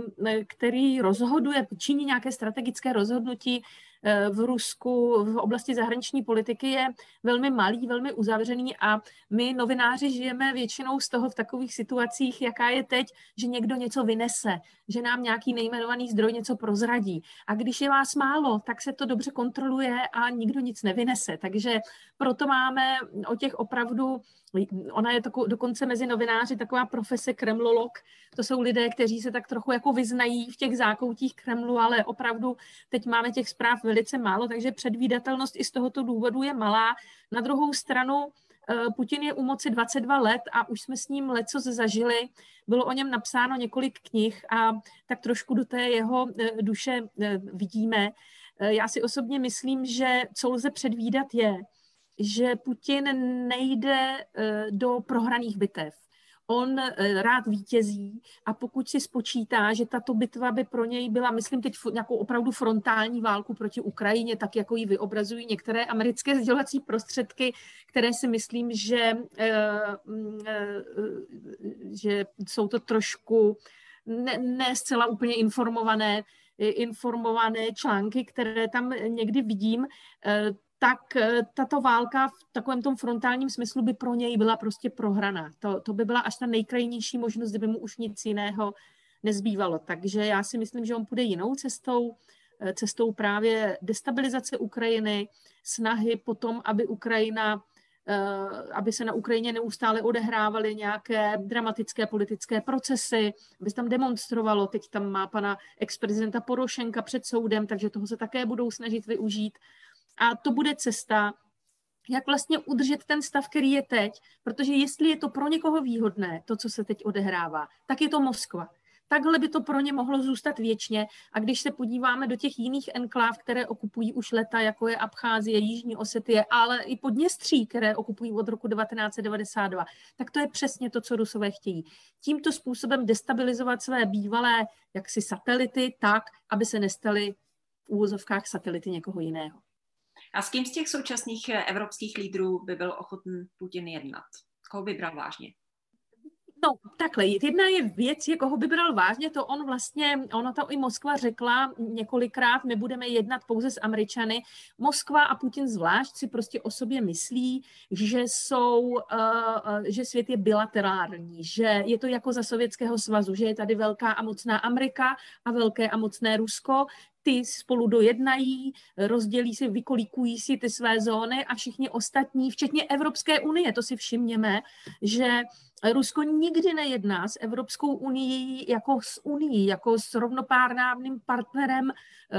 který rozhoduje, činí nějaké strategické rozhodnutí v Rusku v oblasti zahraniční politiky, je velmi malý, velmi uzavřený a my novináři žijeme většinou z toho v takových situacích, jaká je teď, že někdo něco vynese, že nám nějaký nejmenovaný zdroj něco prozradí. A když je vás málo, tak se to dobře kontroluje a nikdo nic nevynese. Takže proto máme o těch opravdu, ona je dokonce mezi novináři taková profese kremlolog, to jsou lidé, kteří se tak trochu jako vyznají v těch zákoutích Kremlu, ale opravdu teď máme těch zpráv velice málo, takže předvídatelnost i z tohoto důvodu je malá. Na druhou stranu Putin je u moci 22 let a už jsme s ním lecos zažili, bylo o něm napsáno několik knih a tak trošku do té jeho duše vidíme. Já si osobně myslím, že co lze předvídat je, že Putin nejde do prohraných bitev. On rád vítězí a pokud si spočítá, že tato bitva by pro něj byla, myslím teď nějakou opravdu frontální válku proti Ukrajině, tak jako ji vyobrazují některé americké sdělovací prostředky, které si myslím, že jsou to trošku ne zcela úplně informované články, které tam někdy vidím, tak tato válka v takovém tom frontálním smyslu by pro něj byla prostě prohraná. To by byla až ta nejkrajnější možnost, kdyby mu už nic jiného nezbývalo. Takže já si myslím, že on půjde jinou cestou právě destabilizace Ukrajiny, snahy potom, aby se na Ukrajině neustále odehrávaly nějaké dramatické politické procesy, aby se tam demonstrovalo. Teď tam má pana ex-prezidenta Porošenka před soudem, takže toho se také budou snažit využít. A to bude cesta, jak vlastně udržet ten stav, který je teď, protože jestli je to pro někoho výhodné, to, co se teď odehrává, tak je to Moskva. Takhle by to pro ně mohlo zůstat věčně a když se podíváme do těch jiných enkláv, které okupují už leta, jako je Abcházie, Jižní Osetie, ale i Podněstří, které okupují od roku 1992, tak to je přesně to, co Rusové chtějí. Tímto způsobem destabilizovat své bývalé jaksi satelity tak, aby se nestaly v úvozovkách satelity někoho jiného. A s kým z těch současných evropských lídrů by byl ochoten Putin jednat? Koho by bral vážně? No, takhle, jedna je věc, koho by bral vážně, to ona to i Moskva řekla několikrát, my budeme jednat pouze s Američany. Moskva a Putin zvlášť si prostě o sobě myslí, že svět je bilaterální, že je to jako za Sovětského svazu, že je tady velká a mocná Amerika a velké a mocné Rusko, ty spolu dojednají, rozdělí si, vykolíkují si ty své zóny a všichni ostatní, včetně Evropské unie, to si všimněme, že Rusko nikdy nejedná s Evropskou unií jako s unií, jako s rovnoprávným partnerem,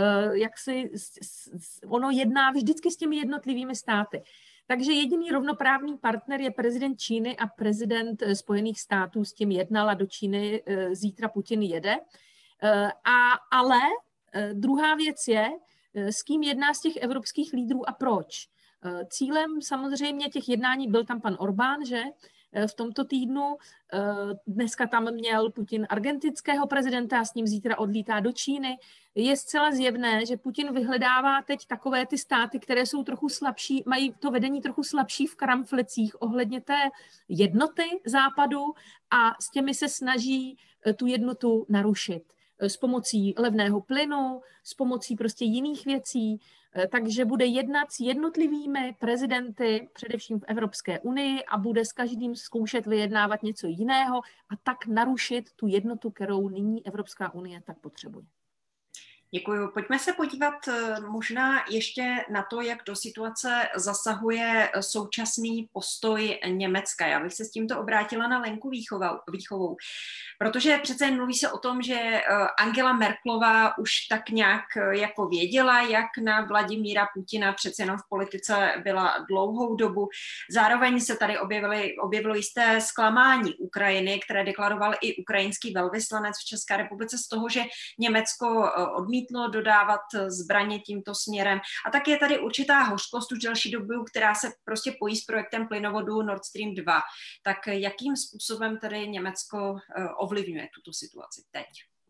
ono jedná vždycky s těmi jednotlivými státy. Takže jediný rovnoprávný partner je prezident Číny a prezident Spojených států s tím jednal a do Číny zítra Putin jede. Ale druhá věc je, s kým jedná z těch evropských lídrů a proč. Cílem samozřejmě těch jednání byl tam pan Orbán, že? V tomto týdnu. Dneska tam měl Putin argentinského prezidenta a s ním zítra odlítá do Číny. Je zcela zjevné, že Putin vyhledává teď takové ty státy, které jsou trochu slabší, mají to vedení trochu slabší v kramflecích ohledně té jednoty západu a s těmi se snaží tu jednotu narušit. S pomocí levného plynu, s pomocí prostě jiných věcí, takže bude jednat s jednotlivými prezidenty, především v Evropské unii a bude s každým zkoušet vyjednávat něco jiného a tak narušit tu jednotu, kterou nyní Evropská unie tak potřebuje. Děkuji. Pojďme se podívat možná ještě na to, jak do situace zasahuje současný postoj Německa. Já bych se s tímto obrátila na Lenku Výchovou, protože přece jen mluví se o tom, že Angela Merkelová už tak nějak jako věděla, jak na Vladimíra Putina přece jenom v politice byla dlouhou dobu. Zároveň se tady objevilo jisté zklamání Ukrajiny, které deklaroval i ukrajinský velvyslanec v České republice z toho, že Německo odmítlo dodávat zbraně tímto směrem. A tak je tady určitá hořkost už delší dobu, která se prostě pojí s projektem plynovodu Nord Stream 2. Tak jakým způsobem tedy Německo ovlivňuje tuto situaci teď?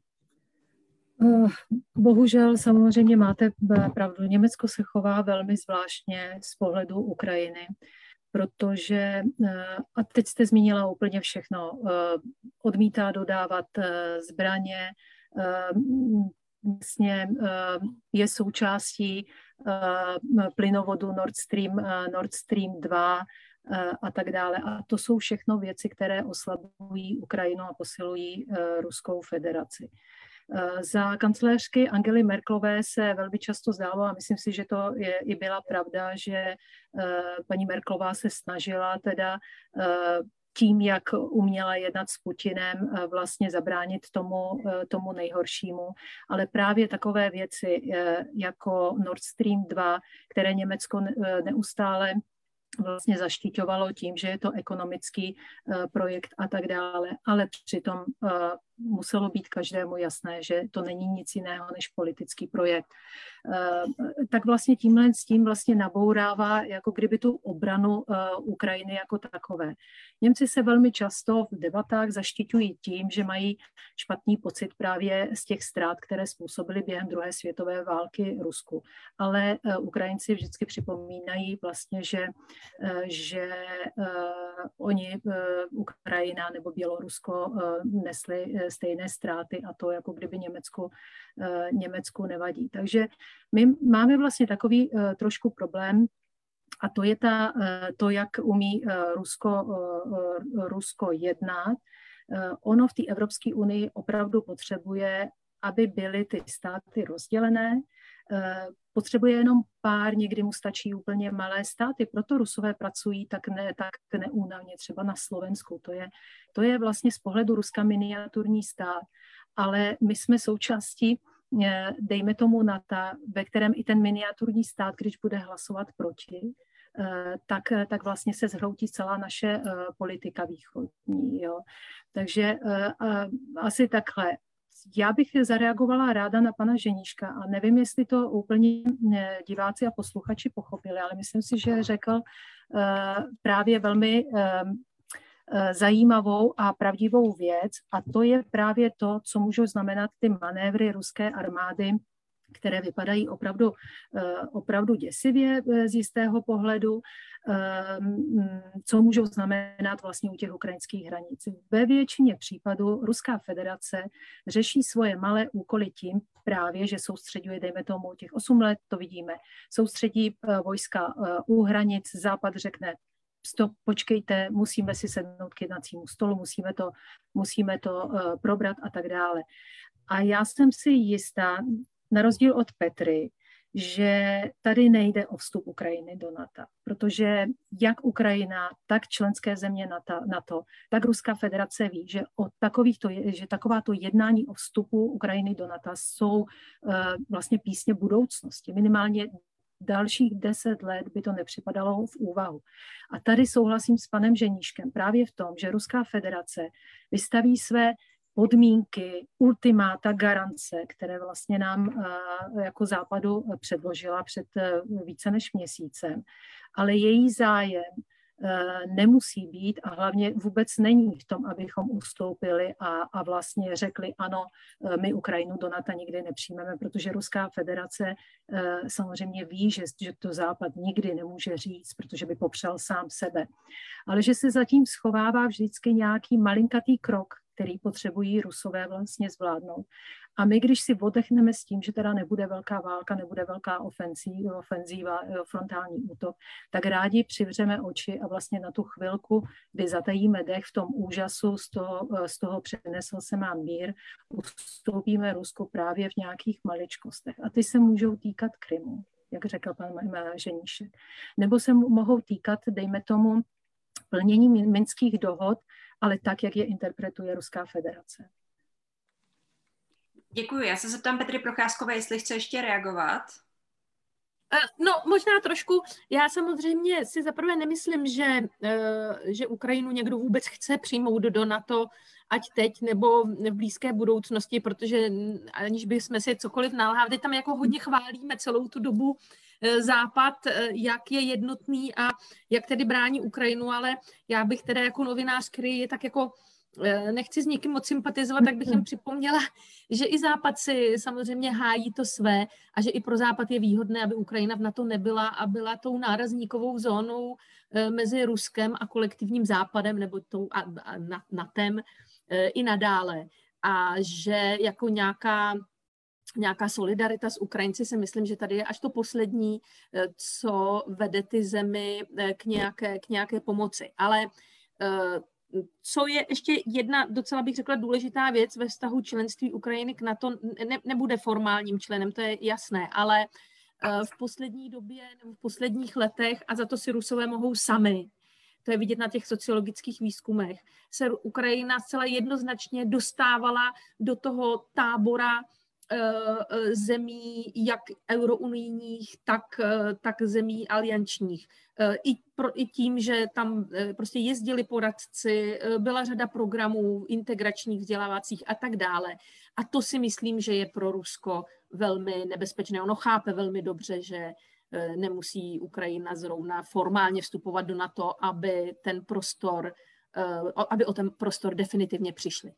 Bohužel samozřejmě máte pravdu. Německo se chová velmi zvláštně z pohledu Ukrajiny, protože, a teď jste zmínila úplně všechno, odmítá dodávat zbraně, vlastně je součástí plynovodu Nord Stream 2 a tak dále. A to jsou všechno věci, které oslabují Ukrajinu a posilují Ruskou federaci. Za kancléřky Angely Merkelové se velmi často zdálo, a myslím si, že to i byla pravda, že paní Merkelová se snažila teda tím, jak uměla jednat s Putinem, vlastně zabránit tomu nejhoršímu. Ale právě takové věci jako Nord Stream 2, které Německo neustále vlastně zaštiťovalo tím, že je to ekonomický projekt a tak dále, ale přitom muselo být každému jasné, že to není nic jiného než politický projekt. Tak vlastně tímhle s tím vlastně nabourává jako kdyby tu obranu Ukrajiny jako takové. Němci se velmi často v debatách zaštiťují tím, že mají špatný pocit právě z těch ztrát, které způsobily během druhé světové války Rusku. Ale Ukrajinci vždycky připomínají vlastně, že oni, Ukrajina nebo Bělorusko, nesli stejné ztráty a to jako kdyby Německu nevadí. Takže my máme vlastně takový trošku problém, a to je to, jak umí Rusko jednat. Ono v té Evropské unii opravdu potřebuje, aby byly ty státy rozdělené. Potřebuje jenom pár, někdy mu stačí úplně malé státy, proto Rusové pracují tak neúnavně, třeba na Slovensku. To je vlastně z pohledu Ruska miniaturní stát, ale my jsme součástí, dejme tomu NATO, ve kterém i ten miniaturní stát, když bude hlasovat proti, tak vlastně se zhroutí celá naše politika východní. Jo. Takže asi takhle. Já bych zareagovala ráda na pana Ženíška a nevím, jestli to úplně diváci a posluchači pochopili, ale myslím si, že řekl právě velmi zajímavou a pravdivou věc a to je právě to, co můžou znamenat ty manévry ruské armády, které vypadají opravdu děsivě z jistého pohledu, co můžou znamenat vlastně u těch ukrajinských hranic. Ve většině případů Ruská federace řeší svoje malé úkoly tím právě, že soustředuje, dejme tomu, těch 8 let, to vidíme, soustředí vojska u hranic, Západ řekne, stop, počkejte, musíme si sednout k jednacímu stolu, musíme to probrat a tak dále. A já jsem si jistá, na rozdíl od Petry, že tady nejde o vstup Ukrajiny do NATO, protože jak Ukrajina, tak členské země NATO, tak Ruská federace ví, že takováto jednání o vstupu Ukrajiny do NATO jsou vlastně písně budoucnosti. Minimálně dalších 10 let by to nepřipadalo v úvahu. A tady souhlasím s panem Ženíškem právě v tom, že Ruská federace vystaví své podmínky, ultimáta, garance, které vlastně nám jako Západu předložila před více než měsícem. Ale její zájem nemusí být a hlavně vůbec není v tom, abychom ustoupili a vlastně řekli ano, my Ukrajinu do NATO nikdy nepřijmeme, protože Ruská federace samozřejmě ví, že to Západ nikdy nemůže říct, protože by popřel sám sebe. Ale že se zatím schovává vždycky nějaký malinkatý krok, který potřebují Rusové vlastně zvládnout. A my, když si oddechneme s tím, že teda nebude velká válka, nebude velká ofenzíva, frontální útok, tak rádi přivřeme oči a vlastně na tu chvilku, kdy zatajíme dech v tom úžasu, z toho přenesl se nám mír, ustoupíme Rusku právě v nějakých maličkostech. A ty se můžou týkat Krymu, jak řekl pan Ženíšek. Nebo se mohou týkat, dejme tomu, plnění minských dohod, ale tak, jak je interpretuje Ruská federace. Děkuji. Já se zeptám Petry Procházkové, jestli chce ještě reagovat. No, možná trošku. Já samozřejmě si zaprvé nemyslím, že Ukrajinu někdo vůbec chce přijmout do NATO, ať teď nebo v blízké budoucnosti, protože aniž bychom si cokoliv nalhávali, teď tam jako hodně chválíme celou tu dobu Západ, jak je jednotný a jak tedy brání Ukrajinu, ale já bych teda jako novinář, který je tak jako nechci s někým moc sympatizovat, tak bych jim připomněla, že i Západ si samozřejmě hájí to své a že i pro Západ je výhodné, aby Ukrajina v NATO nebyla a byla tou nárazníkovou zónou mezi Ruskem a kolektivním Západem nebo tou NATem i nadále. A že jako nějaká solidarita s Ukrajinci si myslím, že tady je až to poslední, co vede ty zemi k nějaké pomoci. Ale co je ještě jedna docela bych řekla důležitá věc ve vztahu členství Ukrajiny k NATO, nebude formálním členem, to je jasné, ale v poslední době nebo v posledních letech, a za to si Rusové mohou sami, to je vidět na těch sociologických výzkumech, se Ukrajina zcela jednoznačně dostávala do toho tábora zemí jak eurounijních, tak zemí aliančních. I tím, že tam prostě jezdili poradci, byla řada programů integračních, vzdělávacích a tak dále. A to si myslím, že je pro Rusko velmi nebezpečné. Ono chápe velmi dobře, že nemusí Ukrajina zrovna formálně vstupovat do NATO, aby o ten prostor definitivně přišli.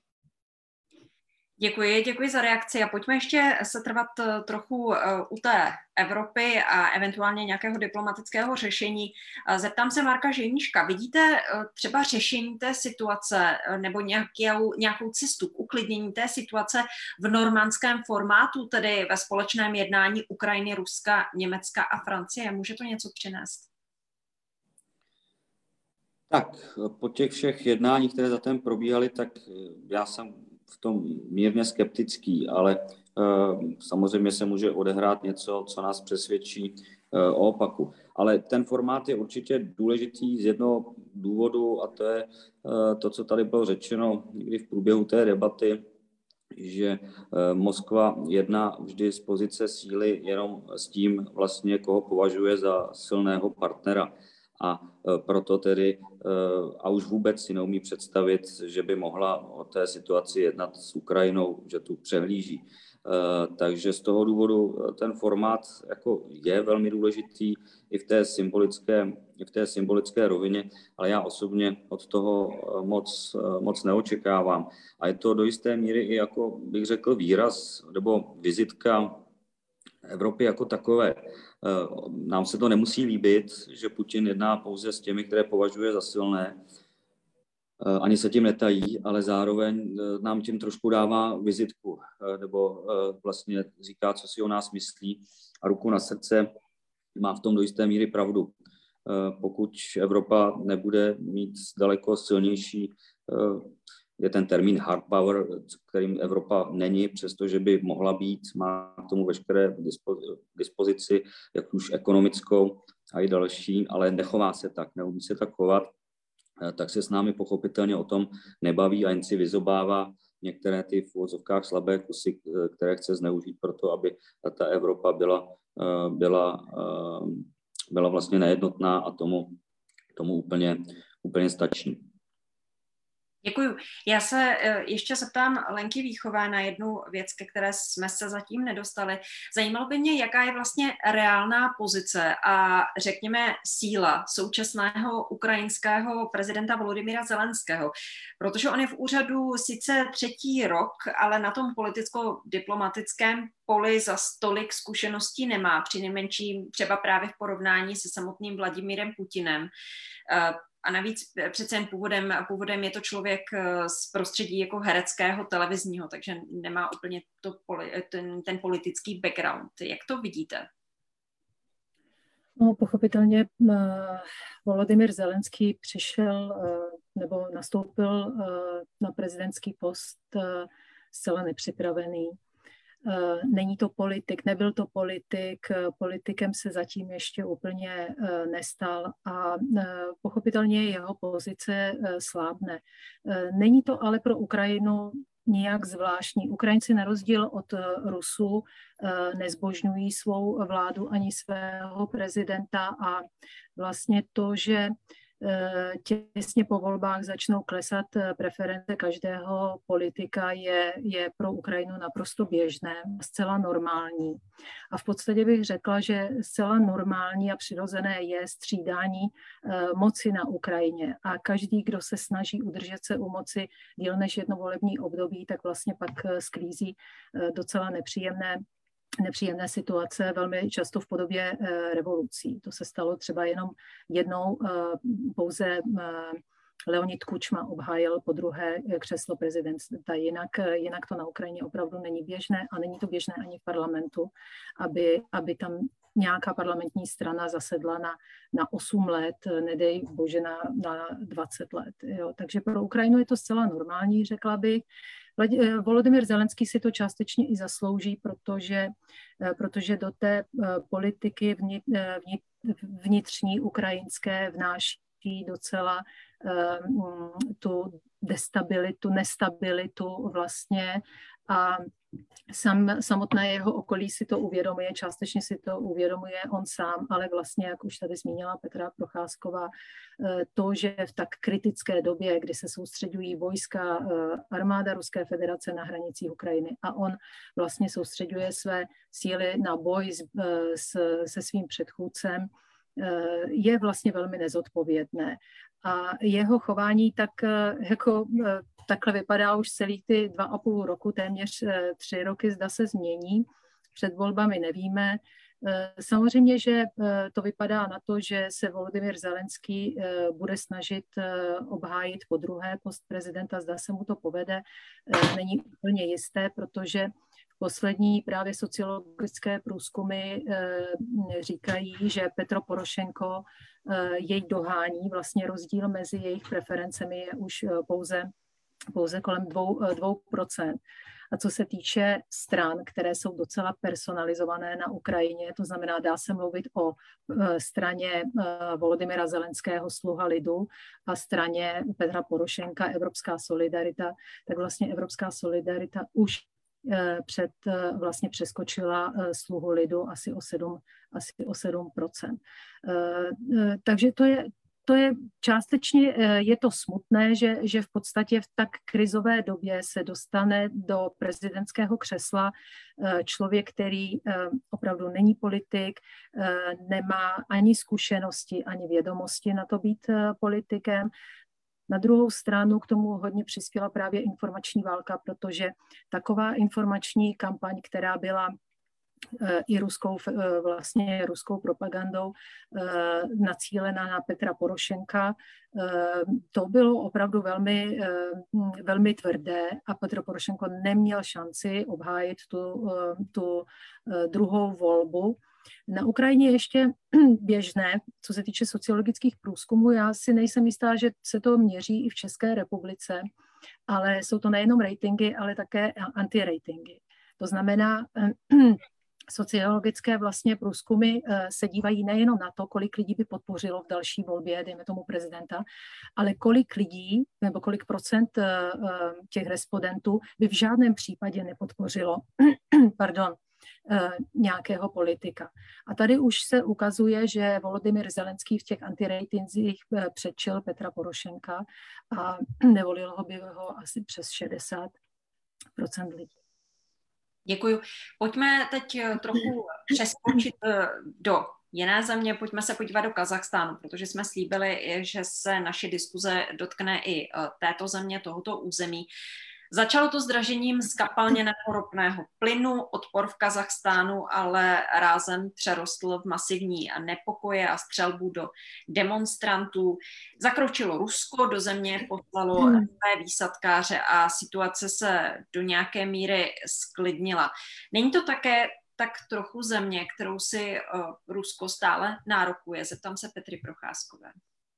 Děkuji za reakci a pojďme ještě se trvat trochu u té Evropy a eventuálně nějakého diplomatického řešení. Zeptám se Marka Ženíška, vidíte třeba řešení té situace nebo nějakou cestu k uklidnění té situace v normandském formátu, tedy ve společném jednání Ukrajiny, Ruska, Německa a Francie? Může to něco přinést? Tak, po těch všech jednáních, které zatem probíhaly, tak já jsem v tom mírně skeptický, ale samozřejmě se může odehrát něco, co nás přesvědčí o opaku. Ale ten formát je určitě důležitý z jednoho důvodu a to je to, co tady bylo řečeno někdy v průběhu té debaty, že Moskva jedná vždy z pozice síly jenom s tím vlastně, koho považuje za silného partnera. A proto tedy, a už vůbec si neumí představit, že by mohla o té situaci jednat s Ukrajinou, že tu přehlíží. Takže z toho důvodu ten formát jako je velmi důležitý i v té symbolické rovině, ale já osobně od toho moc neočekávám. A je to do jisté míry i jako bych řekl výraz nebo vizitka Evropy jako takové. Nám se to nemusí líbit, že Putin jedná pouze s těmi, které považuje za silné. Ani se tím netají, ale zároveň nám tím trošku dává vizitku, nebo vlastně říká, co si o nás myslí a ruku na srdce má v tom do jisté míry pravdu. Pokud Evropa nebude mít daleko silnější, je ten termín hard power, kterým Evropa není, přestože by mohla být, má k tomu veškeré dispozici, jak už ekonomickou a i další, ale nechová se tak, neumí se tak chovat, tak se s námi pochopitelně o tom nebaví a jen si vyzobává některé ty v uvozovkách slabé kusy, které chce zneužít proto, aby ta Evropa byla vlastně nejednotná a tomu úplně stačí. Děkuju. Já se ještě zeptám Lenky Víchové na jednu věc, ke které jsme se zatím nedostali. Zajímalo by mě, jaká je vlastně reálná pozice a řekněme síla současného ukrajinského prezidenta Volodymyra Zelenského, protože on je v úřadu sice 3. rok, ale na tom politicko-diplomatickém poli za tolik zkušeností nemá, přinejmenším třeba právě v porovnání se samotným Vladimírem Putinem. A navíc přece jen původem je to člověk z prostředí jako hereckého, televizního, takže nemá úplně ten politický background. Jak to vidíte? No, pochopitelně Volodymyr Zelenský přišel nebo nastoupil na prezidentský post zcela nepřipravený. Není to politik, nebyl to politik, politikem se zatím ještě úplně nestal a pochopitelně jeho pozice slábne. Není to ale pro Ukrajinu nijak zvláštní. Ukrajinci na rozdíl od Rusů nezbožňují svou vládu ani svého prezidenta a vlastně to, že těsně po volbách začnou klesat preference každého politika, je pro Ukrajinu naprosto běžné, zcela normální. A v podstatě bych řekla, že zcela normální a přirozené je střídání moci na Ukrajině. A každý, kdo se snaží udržet se u moci díl než jedno volební období, tak vlastně pak sklízí docela nepříjemné situace, velmi často v podobě revolucí. To se stalo třeba jenom jednou, pouze Leonid Kučma obhájil podruhé křeslo prezidenta. Jinak to na Ukrajině opravdu není běžné a není to běžné ani v parlamentu, aby tam nějaká parlamentní strana zasedla na 8 let, nedej bože na 20 let. Jo. Takže pro Ukrajinu je to zcela normální, řekla bych. Volodymyr Zelenský si to částečně i zaslouží, protože do té politiky vnitřní ukrajinské vnáší docela tu nestabilitu vlastně a samotné jeho okolí si to uvědomuje, částečně si to uvědomuje on sám, ale vlastně, jak už tady zmínila Petra Procházková, to, že v tak kritické době, kdy se soustředují vojska, armáda Ruské federace na hranicích Ukrajiny a on vlastně soustředuje své síly na boj se svým předchůdcem, je vlastně velmi nezodpovědné. A jeho chování takhle vypadá už celých ty 2,5 roku, téměř 3 roky, zda se změní. Před volbami nevíme. Samozřejmě, že to vypadá na to, že se Volodymyr Zelenský bude snažit obhájit podruhé post prezidenta. Zda se mu to povede, není úplně jisté, protože poslední právě sociologické průzkumy říkají, že Petro Porošenko jej dohání. Vlastně rozdíl mezi jejich preferencemi je už pouze kolem 2%. A co se týče stran, které jsou docela personalizované na Ukrajině, to znamená, dá se mluvit o straně Volodymyra Zelenského Sluha lidu a straně Petra Porošenka Evropská solidarita, tak vlastně Evropská solidarita už vlastně přeskočila Sluhu lidu asi o 7%. Takže to je částečně je to smutné, že v podstatě v tak krizové době se dostane do prezidentského křesla člověk, který opravdu není politik, nemá ani zkušenosti, ani vědomosti na to být politikem. Na druhou stranu k tomu hodně přispěla právě informační válka, protože taková informační kampaň, která byla i ruskou propagandou nacílená na Petra Porošenka. To bylo opravdu velmi tvrdé a Petro Porošenko neměl šanci obhájit tu druhou volbu. Na Ukrajině ještě běžné, co se týče sociologických průzkumů, já si nejsem jistá, že se to měří i v České republice, ale jsou to nejenom ratingy, ale také anti-ratingy. To znamená, sociologické vlastně průzkumy se dívají nejenom na to, kolik lidí by podpořilo v další volbě, dejme tomu prezidenta, ale kolik lidí nebo kolik procent těch respondentů by v žádném případě nepodpořilo nějakého politika. A tady už se ukazuje, že Volodymyr Zelenský v těch antiratingzích předčil Petra Porošenka a nevolilo by ho asi přes 60% lidí. Děkuju. Pojďme teď trochu přeskočit do jiné země, pojďme se podívat do Kazachstánu, protože jsme slíbili, že se naše diskuze dotkne i této země, tohoto území. Začalo to zdražením zkapalněného ropného plynu, odpor v Kazachstánu ale rázem přerostl v masivní nepokoje a střelbu do demonstrantů. Zakročilo Rusko, do země poslalo své výsadkáře a situace se do nějaké míry sklidnila. Není to také tak trochu země, kterou si Rusko stále nárokuje? Zeptám se Petry Procházkové.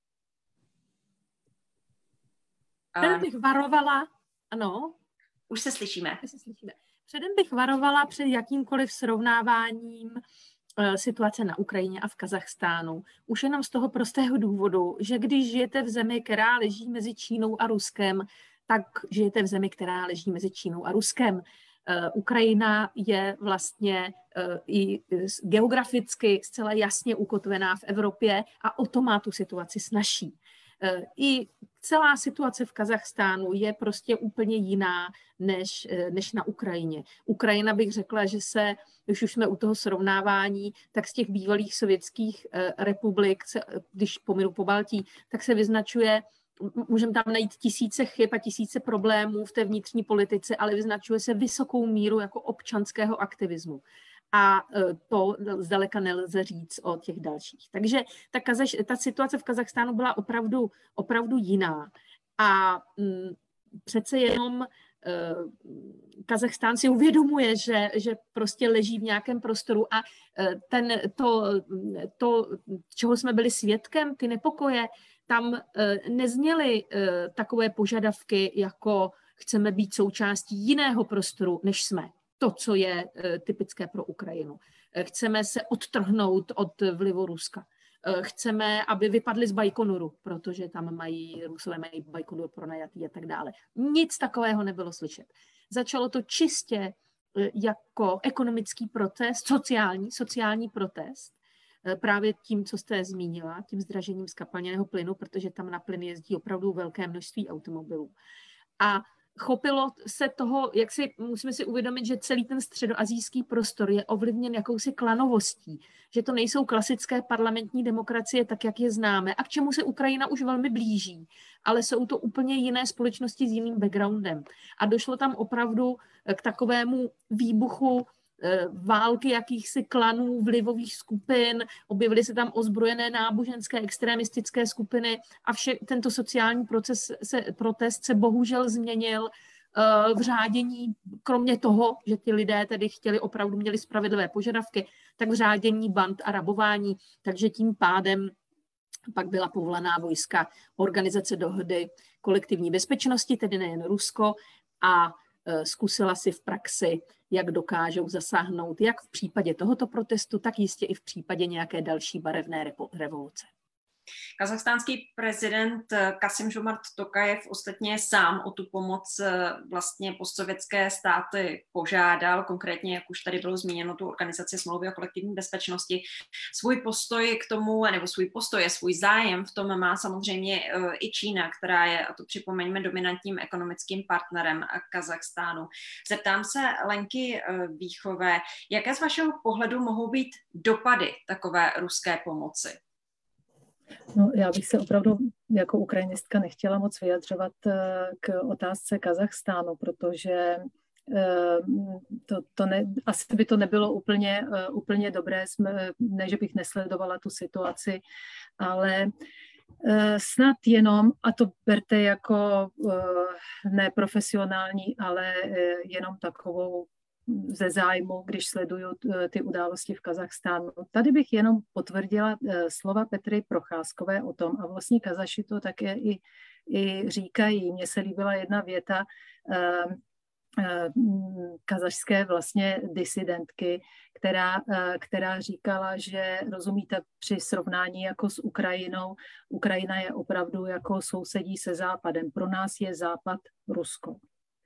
Předem bych varovala, ano. Už se slyšíme. Předem bych varovala před jakýmkoliv srovnáváním situace na Ukrajině a v Kazachstánu. Už jenom z toho prostého důvodu, že když žijete v zemi, která leží mezi Čínou a Ruskem, tak žijete v zemi, která leží mezi Čínou a Ruskem. Ukrajina je vlastně i geograficky zcela jasně ukotvená v Evropě a o to má tu situaci snazší. I celá situace v Kazachstánu je prostě úplně jiná než na Ukrajině. Ukrajina bych řekla, že se, když už jsme u toho srovnávání, tak z těch bývalých sovětských republik, když pominu Pobaltí, tak se vyznačuje, můžeme tam najít tisíce chyb a tisíce problémů v té vnitřní politice, ale vyznačuje se vysokou míru jako občanského aktivismu. A to zdaleka nelze říct o těch dalších. Takže ta situace v Kazachstánu byla opravdu jiná. A přece jenom Kazachstán si uvědomuje, že prostě leží v nějakém prostoru a to, čeho jsme byli svědkem, ty nepokoje, tam nezněly takové požadavky, jako chceme být součástí jiného prostoru, než jsme. To, co je typické pro Ukrajinu. Chceme se odtrhnout od vlivu Ruska. Chceme, aby vypadli z Bajkonuru, protože tam Rusové mají Bajkonur pronajatý a tak dále. Nic takového nebylo slyšet. Začalo to čistě jako ekonomický protest, sociální protest, právě tím, co jste zmínila, tím zdražením zkapalněného plynu, protože tam na plyn jezdí opravdu velké množství automobilů. A chopilo se toho, musíme si uvědomit, že celý ten středoasijský prostor je ovlivněn jakousi klanovostí, že to nejsou klasické parlamentní demokracie, tak jak je známe, a k čemu se Ukrajina už velmi blíží, ale jsou to úplně jiné společnosti s jiným backgroundem. A došlo tam opravdu k takovému výbuchu války jakýchsi klanů, vlivových skupin, objevily se tam ozbrojené náboženské extremistické skupiny a tento sociální protest se bohužel změnil v řádění, kromě toho, že ti lidé tedy měli spravedlivé požadavky, tak v řádění band a rabování, takže tím pádem pak byla povolaná vojska Organizace dohody kolektivní bezpečnosti, tedy nejen Rusko, a zkusila si v praxi, jak dokážou zasáhnout jak v případě tohoto protestu, tak jistě i v případě nějaké další barevné revoluce. Kazachstánský prezident Kasim-Žomart Tokajev ostatně sám o tu pomoc vlastně postsovětské státy požádal, konkrétně, jak už tady bylo zmíněno, tu organizaci smlouvy o kolektivní bezpečnosti. Svůj postoj k tomu, nebo svůj zájem v tom má samozřejmě i Čína, která je, a to připomeňme, dominantním ekonomickým partnerem Kazachstánu. Zeptám se Lenky Víchové, jaké z vašeho pohledu mohou být dopady takové ruské pomoci? No, já bych se opravdu jako ukrajinistka nechtěla moc vyjadřovat k otázce Kazachstánu, protože asi by to nebylo úplně dobré, ne, že bych nesledovala tu situaci, ale snad jenom, a to berte jako neprofesionální, ale jenom takovou ze zájmu, když sleduju ty události v Kazachstánu. Tady bych jenom potvrdila slova Petry Procházkové o tom, a vlastně Kazaši to také i říkají. Mně se líbila jedna věta kazašské vlastně disidentky, která říkala, že rozumíte, při srovnání jako s Ukrajinou, Ukrajina je opravdu jako sousedí se Západem. Pro nás je Západ Rusko.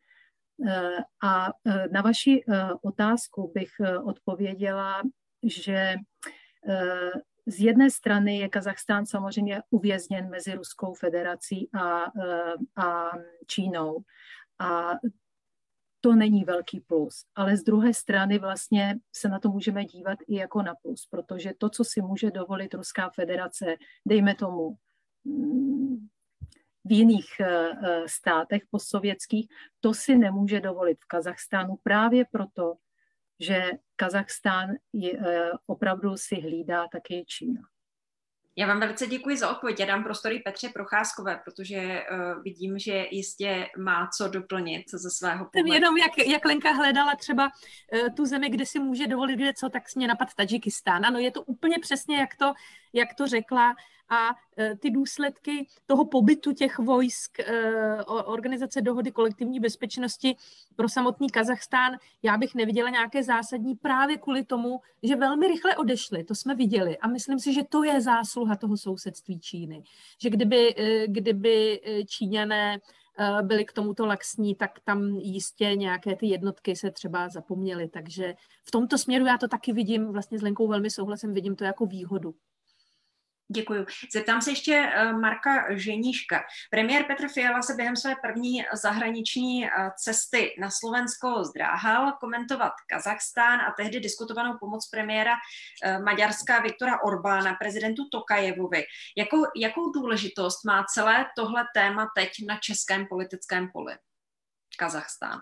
A na vaši otázku bych odpověděla, že z jedné strany je Kazachstán samozřejmě uvězněn mezi Ruskou federací a Čínou. A to není velký plus. Ale z druhé strany vlastně se na to můžeme dívat i jako na plus, protože to, co si může dovolit Ruská federace, dejme tomu v jiných státech postsovětských, to si nemůže dovolit v Kazachstánu právě proto, že Kazachstán opravdu si hlídá taky Čína. Já vám velice děkuji za odpověď. Já dám prostory Petře Procházkové, protože vidím, že jistě má co doplnit ze svého pohledu. Jenom jak Lenka hledala třeba tu zemi, kde si může dovolit kde co, tak mě napadl Tadžikistán. Ano, je to úplně přesně, jak to řekla. A ty důsledky toho pobytu těch vojsk Organizace dohody kolektivní bezpečnosti pro samotný Kazachstán, já bych neviděla nějaké zásadní právě kvůli tomu, že velmi rychle odešli, to jsme viděli. A myslím si, že to je zásluha toho sousedství Číny. Že kdyby Číňané byli k tomuto laxní, tak tam jistě nějaké ty jednotky se třeba zapomněly. Takže v tomto směru já to taky vidím, vlastně s Lenkou velmi souhlasím, vidím to jako výhodu. Děkuju. Zeptám se ještě Marka Ženíška. Premiér Petr Fiala se během své první zahraniční cesty na Slovensko zdráhal komentovat Kazachstán a tehdy diskutovanou pomoc premiéra Maďarska Viktora Orbána prezidentu Tokajevovi. Jakou důležitost má celé tohle téma teď na českém politickém poli? Kazachstán.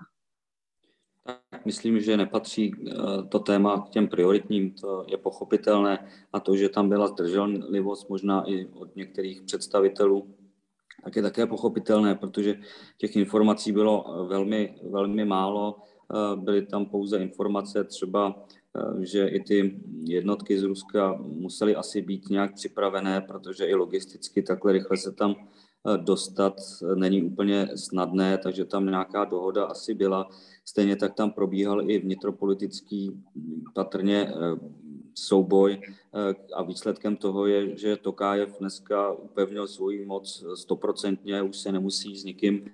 Tak myslím, že nepatří to téma k těm prioritním, to je pochopitelné a to, že tam byla zdrženlivost možná i od některých představitelů, tak je také pochopitelné, protože těch informací bylo velmi, velmi málo. Byly tam pouze informace třeba, že i ty jednotky z Ruska musely asi být nějak připravené, protože i logisticky takhle rychle se tam dostat není úplně snadné, takže tam nějaká dohoda asi byla. Stejně tak tam probíhal i vnitropolitický patrně souboj a výsledkem toho je, že Tokajev dneska upevnil svoji moc 100%, už se nemusí s nikým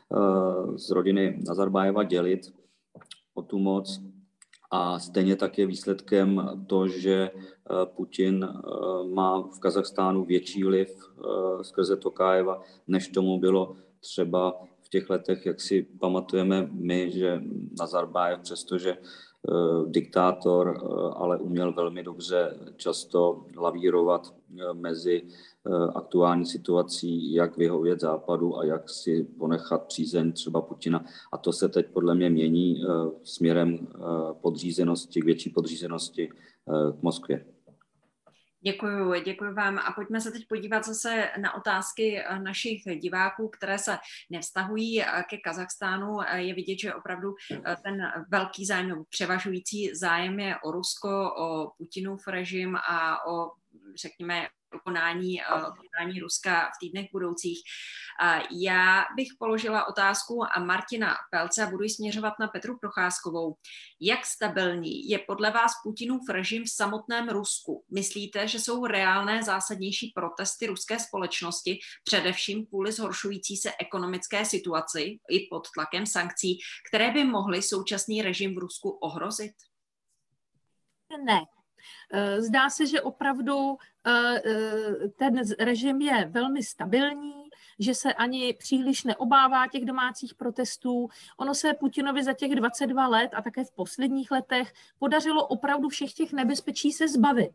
z rodiny Nazarbájeva dělit o tu moc. A stejně tak je výsledkem to, že Putin má v Kazachstánu větší vliv skrze Tokajeva, než tomu bylo třeba v těch letech, jak si pamatujeme my, že Nazarbájev, přestože diktátor, ale uměl velmi dobře často lavírovat mezi aktuální situací, jak vyhovět západu a jak si ponechat přízeň třeba Putina. A to se teď podle mě mění směrem podřízenosti, k větší podřízenosti k Moskvě. Děkuji vám a pojďme se teď podívat zase na otázky našich diváků, které se nevztahují ke Kazachstánu. Je vidět, že opravdu ten velký zájem, převažující zájem je o Rusko, o Putinův režim a o, řekněme, konání Ruska v týdnech budoucích. Já bych položila otázku a Martina Pelce a budu ji směřovat na Petru Procházkovou. Jak stabilní je podle vás Putinův režim v samotném Rusku? Myslíte, že jsou reálné zásadnější protesty ruské společnosti, především kvůli zhoršující se ekonomické situaci i pod tlakem sankcí, které by mohly současný režim v Rusku ohrozit? Ne. Zdá se, že opravdu ten režim je velmi stabilní, že se ani příliš neobává těch domácích protestů. Ono se Putinovi za těch 22 let a také v posledních letech podařilo opravdu všech těch nebezpečí se zbavit.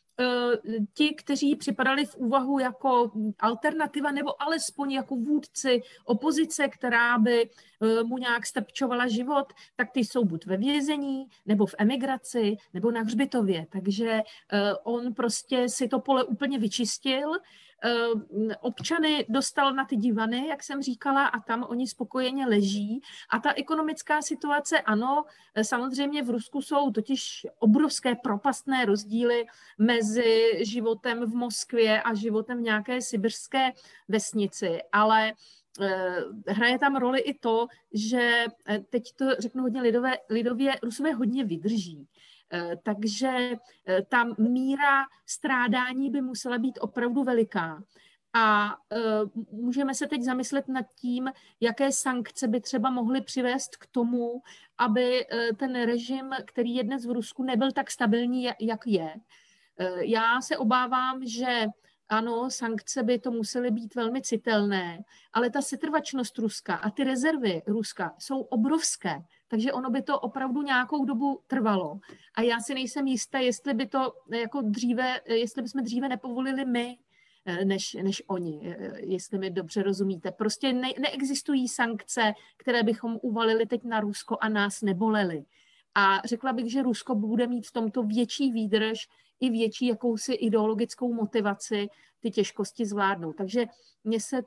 Ti, kteří připadali v úvahu jako alternativa nebo alespoň jako vůdci opozice, která by mu nějak strpčovala život, tak ty jsou buď ve vězení, nebo v emigraci, nebo na hřbitově. Takže on prostě si to pole úplně vyčistil. Občany dostal na ty divany, jak jsem říkala, a tam oni spokojeně leží. A ta ekonomická situace, ano, samozřejmě v Rusku jsou totiž obrovské propastné rozdíly mezi životem v Moskvě a životem v nějaké sibirské vesnici, ale hraje tam roli i to, že teď to řeknu hodně lidově, Rusové hodně vydrží. Takže ta míra strádání by musela být opravdu veliká. A můžeme se teď zamyslet nad tím, jaké sankce by třeba mohly přivést k tomu, aby ten režim, který je dnes v Rusku, nebyl tak stabilní, jak je. Já se obávám, že ano, sankce by to musely být velmi citelné, ale ta setrvačnost Ruska a ty rezervy Ruska jsou obrovské, takže ono by to opravdu nějakou dobu trvalo. A já si nejsem jistá, jestli by to jako dříve, jestli bychom dříve nepovolili my než oni, jestli mi dobře rozumíte. Prostě neexistují sankce, které bychom uvalili teď na Rusko a nás nebolely. A řekla bych, že Rusko bude mít v tomto větší výdrž i větší jakousi ideologickou motivaci ty těžkosti zvládnout. Takže mně se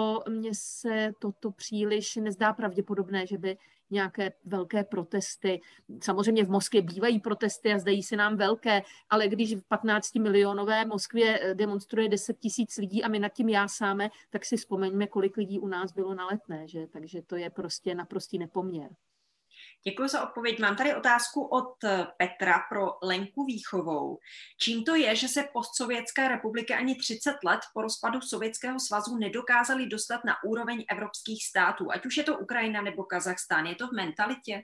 toto příliš nezdá pravděpodobné, že by nějaké velké protesty, samozřejmě v Moskvě bývají protesty a zdají se nám velké, ale když v 15-milionové Moskvě demonstruje 10 000 lidí a my nad tím jásáme, tak si vzpomeňme, kolik lidí u nás bylo na Letné, že? Takže to je prostě naprostý nepoměr. Děkuji za odpověď. Mám tady otázku od Petra pro Lenku Výchovou. Čím to je, že se postsovětské republiky ani 30 let po rozpadu Sovětského svazu nedokázaly dostat na úroveň evropských států? Ať už je to Ukrajina nebo Kazachstán. Je to v mentalitě?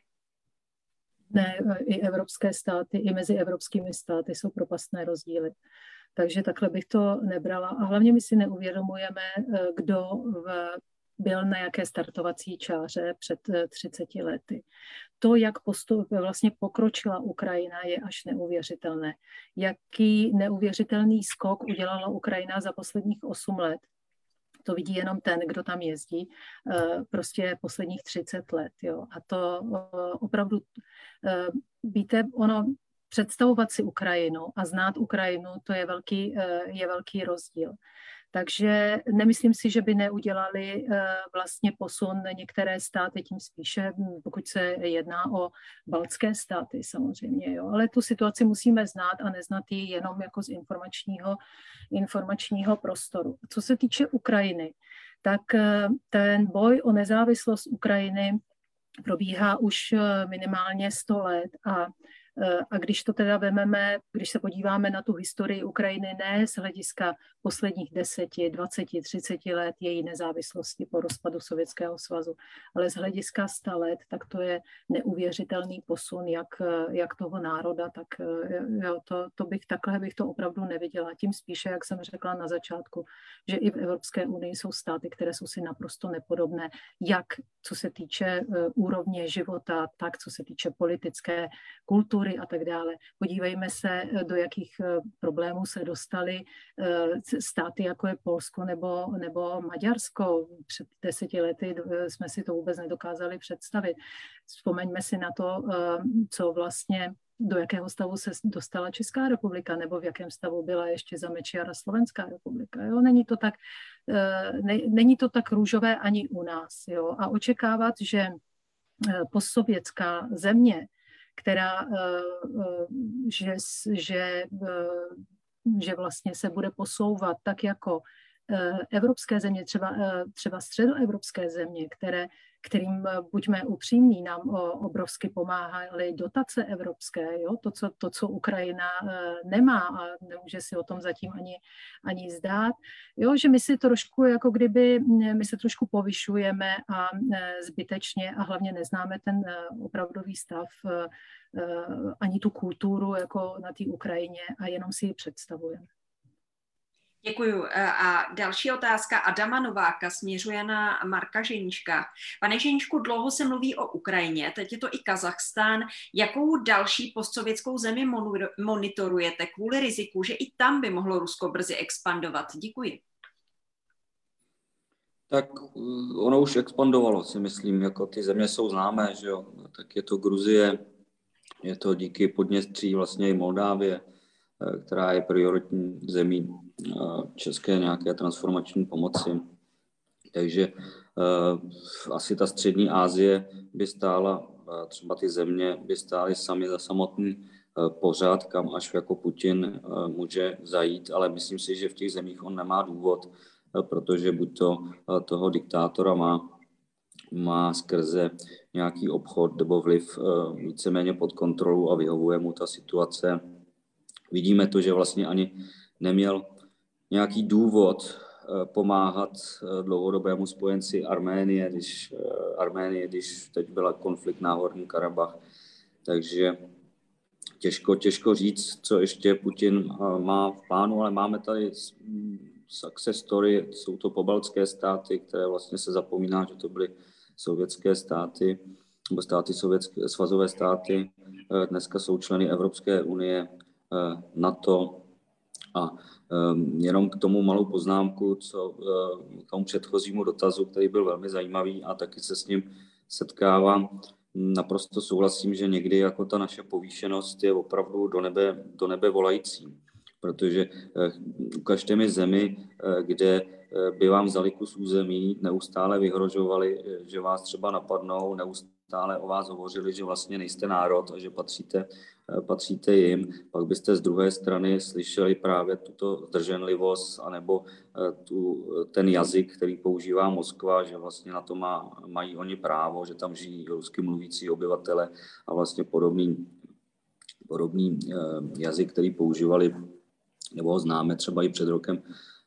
Ne, i evropské státy, i mezi evropskými státy jsou propastné rozdíly. Takže takhle bych to nebrala. A hlavně my si neuvědomujeme, kdo byl na jaké startovací čáře před 30 lety. To, jak vlastně pokročila Ukrajina, je až neuvěřitelné. Jaký neuvěřitelný skok udělala Ukrajina za posledních 8 let. To vidí jenom ten, kdo tam jezdí, prostě posledních 30 let. Jo. A to opravdu, víte, představovat si Ukrajinu a znát Ukrajinu, to je velký rozdíl. Takže nemyslím si, že by neudělali vlastně posun některé státy, tím spíše, pokud se jedná o baltské státy samozřejmě. Jo. Ale tu situaci musíme znát a neznat ji jenom jako z informačního prostoru. Co se týče Ukrajiny, tak ten boj o nezávislost Ukrajiny probíhá už minimálně 100 let a když to teda vememe, když se podíváme na tu historii Ukrajiny ne z hlediska posledních 10, 20, 30 let její nezávislosti po rozpadu Sovětského svazu, ale z hlediska 100 let, tak to je neuvěřitelný posun jak toho národa, tak jo, takhle bych to opravdu neviděla. Tím spíše, jak jsem řekla na začátku, že i v Evropské unii jsou státy, které jsou si naprosto nepodobné, jak co se týče úrovně života, tak co se týče politické kultury a tak dále. Podívejme se, do jakých problémů se dostaly státy, jako je Polsko nebo Maďarsko. Před 10 lety jsme si to vůbec nedokázali představit. Vzpomeňme si na to, co vlastně do jakého stavu se dostala Česká republika, nebo v jakém stavu byla ještě za Mečiara Slovenská republika. Jo? Není to tak růžové ani u nás. Jo? A očekávat, že postsovětská země, která, že vlastně se bude posouvat tak jako evropské země, třeba středoevropské země, kterým, buďme upřímní, nám obrovsky pomáhaly dotace evropské, jo? To, co Ukrajina nemá a nemůže si o tom zatím ani zdát, jo? Že my si trošku, jako kdyby, my se trošku povyšujeme a zbytečně a hlavně neznáme ten opravdový stav, ani tu kulturu jako na té Ukrajině a jenom si ji představujeme. Děkuju. A další otázka Adama Nováka směřuje na Marka Ženíška. Pane Ženíšku, dlouho se mluví o Ukrajině, teď je to i Kazachstán. Jakou další postsovětskou zemi monitorujete kvůli riziku, že i tam by mohlo Rusko brzy expandovat? Děkuji. Tak ono už expandovalo, si myslím, jako ty země jsou známé, že jo. Tak je to Gruzie, je to díky Podněstří vlastně i Moldávie, která je prioritní zemí české nějaké transformační pomoci. Takže asi ta střední Asie by stála, třeba ty země by stály sami za samotný pořád, kam až jako Putin může zajít, ale myslím si, že v těch zemích on nemá důvod, protože buď toho diktátora má skrze nějaký obchod nebo vliv víceméně pod kontrolu a vyhovuje mu ta situace. Vidíme to, že vlastně ani neměl nějaký důvod pomáhat dlouhodobému spojenci Arménie, když teď byla konflikt na Horní Karabach. Takže těžko říct, co ještě Putin má v plánu, ale máme tady success story, jsou to pobaltské státy, které vlastně se zapomíná, že to byly sovětské státy, nebo svazové státy, dneska jsou členy Evropské unie, NATO A jenom k tomu malou poznámku, k tomu předchozímu dotazu, který byl velmi zajímavý a taky se s ním setkávám. Naprosto souhlasím, že někdy jako ta naše povýšenost je opravdu do nebe volající, protože ukažte mi zemi, kde by vám vzali kus území, neustále vyhrožovali, že vás třeba napadnou, neustále o vás hovořili, že vlastně nejste národ a že patříte jim, pak byste z druhé strany slyšeli právě tuto zdrženlivost anebo ten jazyk, který používá Moskva, že vlastně na to mají oni právo, že tam žijí rusky mluvící obyvatele a vlastně podobný jazyk, který používali, nebo ho známe třeba i před rokem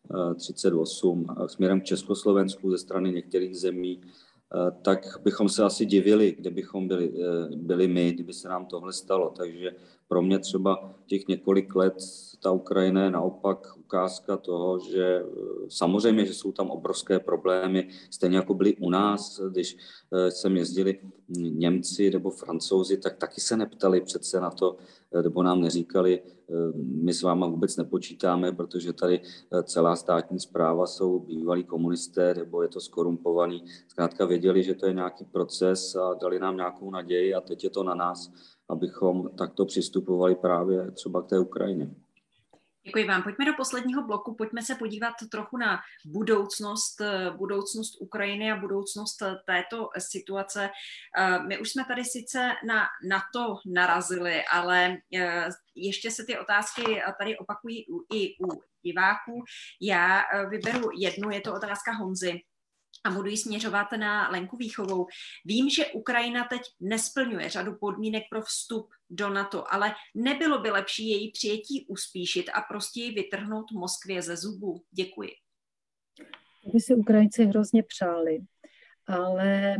1938 směrem k Československu ze strany některých zemí, tak bychom se asi divili, kde bychom byli my, kdyby se nám tohle stalo. Takže pro mě třeba těch několik let ta Ukrajina je naopak ukázka toho, že samozřejmě, že jsou tam obrovské problémy, stejně jako byly u nás, když sem jezdili Němci nebo Francouzi, tak taky se neptali přece na to, nebo nám neříkali, my s váma vůbec nepočítáme, protože tady celá státní správa jsou bývalí komunisté, nebo je to skorumpovaný. Zkrátka věděli, že to je nějaký proces a dali nám nějakou naději a teď je to na nás, abychom takto přistupovali právě třeba k té Ukrajině. Děkuji vám. Pojďme do posledního bloku, pojďme se podívat trochu na budoucnost Ukrajiny a budoucnost této situace. My už jsme tady sice na to narazili, ale ještě se ty otázky tady opakují i u diváků. Já vyberu jednu, je to otázka Honzy. A budu ji směřovat na Lenku Výchovou. Vím, že Ukrajina teď nesplňuje řadu podmínek pro vstup do NATO, ale nebylo by lepší její přijetí uspíšit a prostě ji vytrhnout Moskvě ze zubů? Děkuji. To by si Ukrajinci hrozně přáli, ale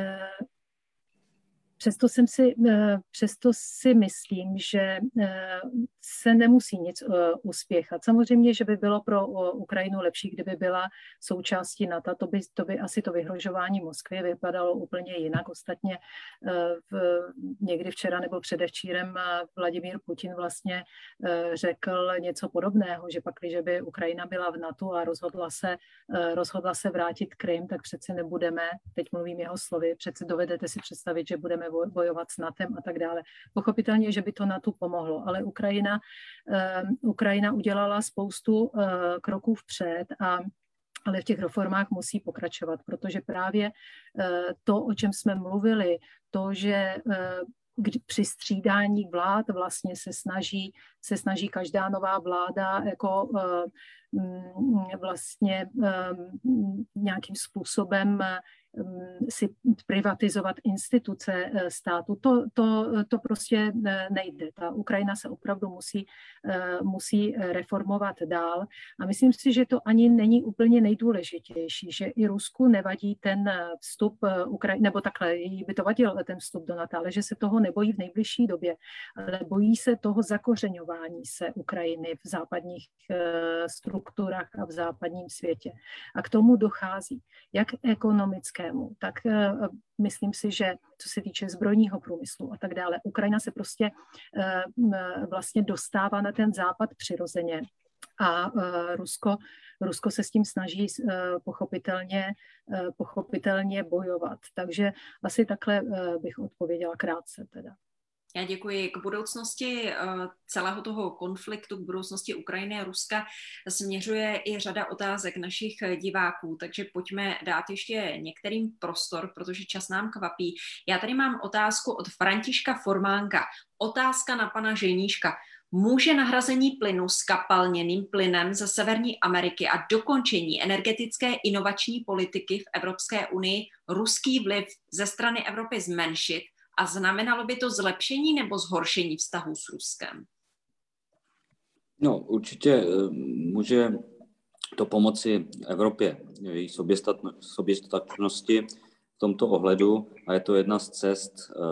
přesto si myslím, že se nemusí nic uspěchat. Samozřejmě, že by bylo pro Ukrajinu lepší, kdyby byla součástí NATO, to by asi to vyhrožování Moskvy vypadalo úplně jinak. Ostatně někdy včera nebo předevčírem Vladimír Putin vlastně řekl něco podobného, že pak, když by Ukrajina byla v NATO a rozhodla se vrátit Krym, tak přece nebudeme, teď mluvím jeho slovy, přece dovedete si představit, že budeme bojovat s NATem a tak dále. Pochopitelně, že by to NATO pomohlo, ale Ukrajina udělala spoustu kroků vpřed, ale v těch reformách musí pokračovat, protože právě to, o čem jsme mluvili, to, že při střídání vlád vlastně se snaží každá nová vláda jako vlastně nějakým způsobem si privatizovat instituce státu, to prostě nejde. Ta Ukrajina se opravdu musí reformovat dál a myslím si, že to ani není úplně nejdůležitější, že i Rusku nevadí ten vstup Ukrajiny, nebo takhle, jí by to vadil ten vstup do NATO, ale že se toho nebojí v nejbližší době, ale bojí se toho zakořeňování se Ukrajiny v západních strukturách a v západním světě. A k tomu dochází jak ekonomickému, tak myslím si, že co se týče zbrojního průmyslu a tak dále, Ukrajina se prostě vlastně dostává na ten západ přirozeně a Rusko se s tím snaží pochopitelně bojovat. Takže asi takhle bych odpověděla krátce teda. Já děkuji. K budoucnosti celého toho konfliktu, k budoucnosti Ukrajiny a Ruska směřuje i řada otázek našich diváků, takže pojďme dát ještě některým prostor, protože čas nám kvapí. Já tady mám otázku od Františka Formánka. Otázka na pana Ženíška. Může nahrazení plynu skapalněným plynem ze Severní Ameriky a dokončení energetické inovační politiky v Evropské unii ruský vliv ze strany Evropy zmenšit? A znamenalo by to zlepšení nebo zhoršení vztahu s Ruskem? No, určitě může to pomoci Evropě, její soběstačnosti v tomto ohledu a je to jedna z cest.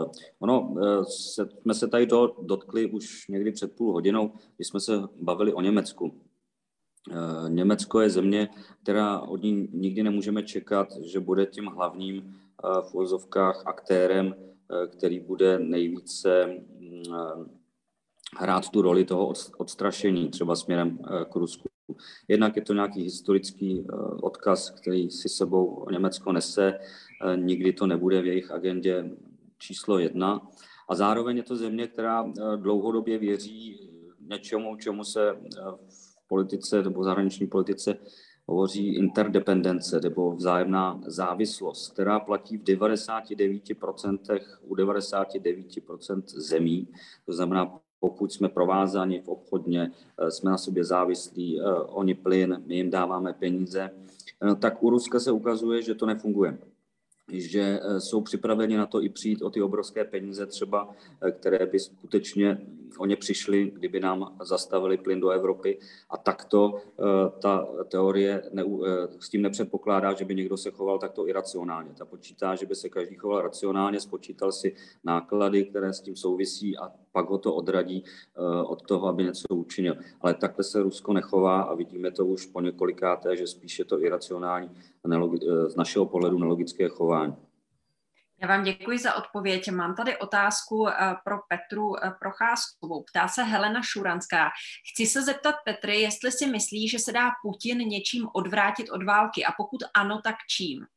Jsme se tady dotkli už někdy před půl hodinou, když jsme se bavili o Německu. Německo je země, která od ní nikdy nemůžeme čekat, že bude tím hlavním v uvozovkách aktérem, který bude nejvíce hrát tu roli toho odstrašení třeba směrem k Rusku. Jednak je to nějaký historický odkaz, který si sebou Německo nese, nikdy to nebude v jejich agendě číslo 1. A zároveň je to země, která dlouhodobě věří něčemu, čemu se v politice nebo zahraniční politice hovoří interdependence nebo vzájemná závislost, která platí v 99% u 99% zemí. To znamená, pokud jsme provázáni v obchodně, jsme na sobě závislí, oni plyn, my jim dáváme peníze, tak u Ruska se ukazuje, že to nefunguje. Že jsou připraveni na to i přijít o ty obrovské peníze třeba, které by skutečně o ně přišly, kdyby nám zastavili plyn do Evropy. A takto ta teorie s tím nepředpokládá, že by někdo se choval takto iracionálně. Ta počítá, že by se každý choval racionálně, spočítal si náklady, které s tím souvisí a pak ho to odradí od toho, aby něco učinil. Ale takhle se Rusko nechová a vidíme to už po několikáté, že spíše to iracionální z našeho pohledu nelogické chování. Já vám děkuji za odpověď. Mám tady otázku pro Petru Procházkovou. Ptá se Helena Šuranská. Chci se zeptat Petry, jestli si myslí, že se dá Putin něčím odvrátit od války a pokud ano, tak čím?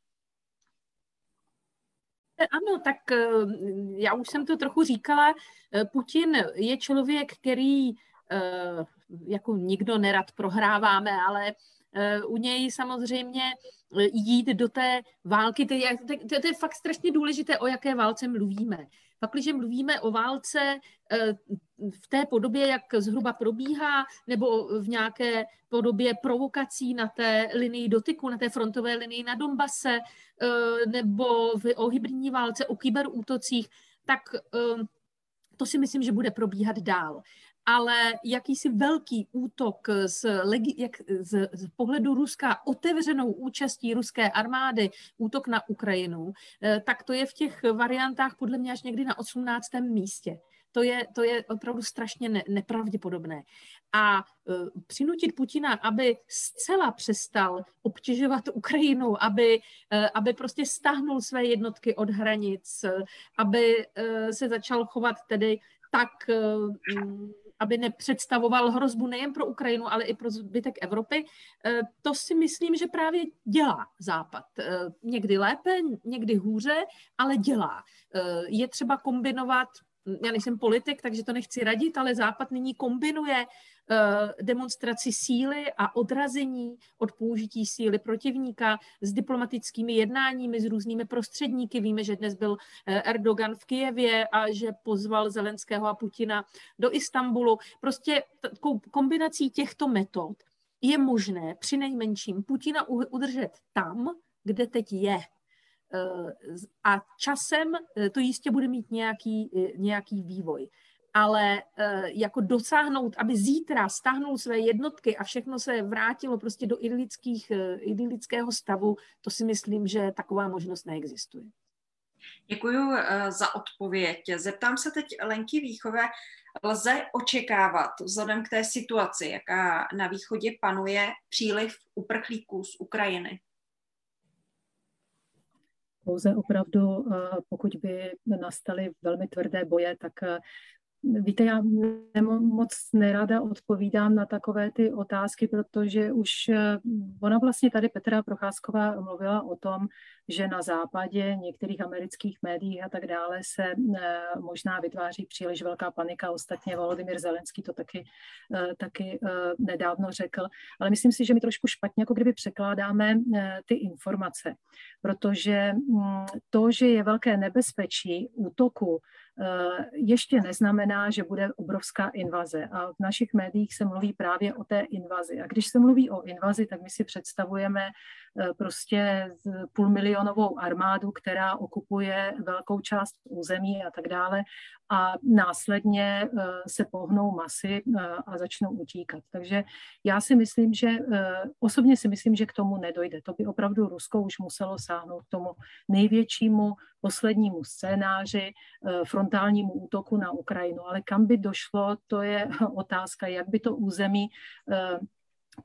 Ano, tak já už jsem to trochu říkala. Putin je člověk, který jako nikdo nerad prohráváme, ale u něj samozřejmě jít do té války, to je fakt strašně důležité, o jaké válce mluvíme. Pak, když mluvíme o válce v té podobě, jak zhruba probíhá, nebo v nějaké podobě provokací na té linii dotyku, na té frontové linii na Donbase, nebo o hybridní válce, o kyberútocích, tak to si myslím, že bude probíhat dál. Ale jakýsi velký útok z pohledu Ruska, otevřenou účastí ruské armády, útok na Ukrajinu, tak to je v těch variantách podle mě až někdy na 18. místě. To je opravdu strašně nepravděpodobné. A přinutit Putina, aby zcela přestal obtěžovat Ukrajinu, aby prostě stáhnul své jednotky od hranic, aby se začal chovat tedy tak, aby nepředstavoval hrozbu nejen pro Ukrajinu, ale i pro zbytek Evropy, to si myslím, že právě dělá Západ. Někdy lépe, někdy hůře, ale dělá. Je třeba kombinovat, já nejsem politik, takže to nechci radit, ale Západ nyní kombinuje demonstraci síly a odrazení od použití síly protivníka s diplomatickými jednáními, s různými prostředníky. Víme, že dnes byl Erdogan v Kyjevě a že pozval Zelenského a Putina do Istanbulu. Prostě kombinací těchto metod je možné přinejmenším Putina udržet tam, kde teď je. A časem to jistě bude mít nějaký vývoj. Ale jako dosáhnout, aby zítra stáhnul své jednotky a všechno se vrátilo prostě do idylického stavu, to si myslím, že taková možnost neexistuje. Děkuji za odpověď. Zeptám se teď Lenky Víchové. Lze očekávat vzhledem k té situaci, jaká na východě panuje, příliv uprchlíků z Ukrajiny? Pouze opravdu, pokud by nastaly velmi tvrdé boje, tak víte, já moc nerada odpovídám na takové ty otázky, protože už ona vlastně tady Petra Procházková mluvila o tom, že na západě, některých amerických médiích a tak dále se možná vytváří příliš velká panika. Ostatně Volodymyr Zelenský to taky nedávno řekl. Ale myslím si, že my trošku špatně jako kdyby překládáme ty informace, protože to, že je velké nebezpečí útoku, ještě neznamená, že bude obrovská invaze. A v našich médiích se mluví právě o té invazi. A když se mluví o invazi, tak my si představujeme prostě půlmilionovou armádu, která okupuje velkou část území a tak dále a následně se pohnou masy a začnou utíkat. Takže já si myslím, že osobně si myslím, že k tomu nedojde. To by opravdu Rusko už muselo sáhnout k tomu největšímu poslednímu scénáři, frontálnímu útoku na Ukrajinu. Ale kam by došlo, to je otázka, jak by to území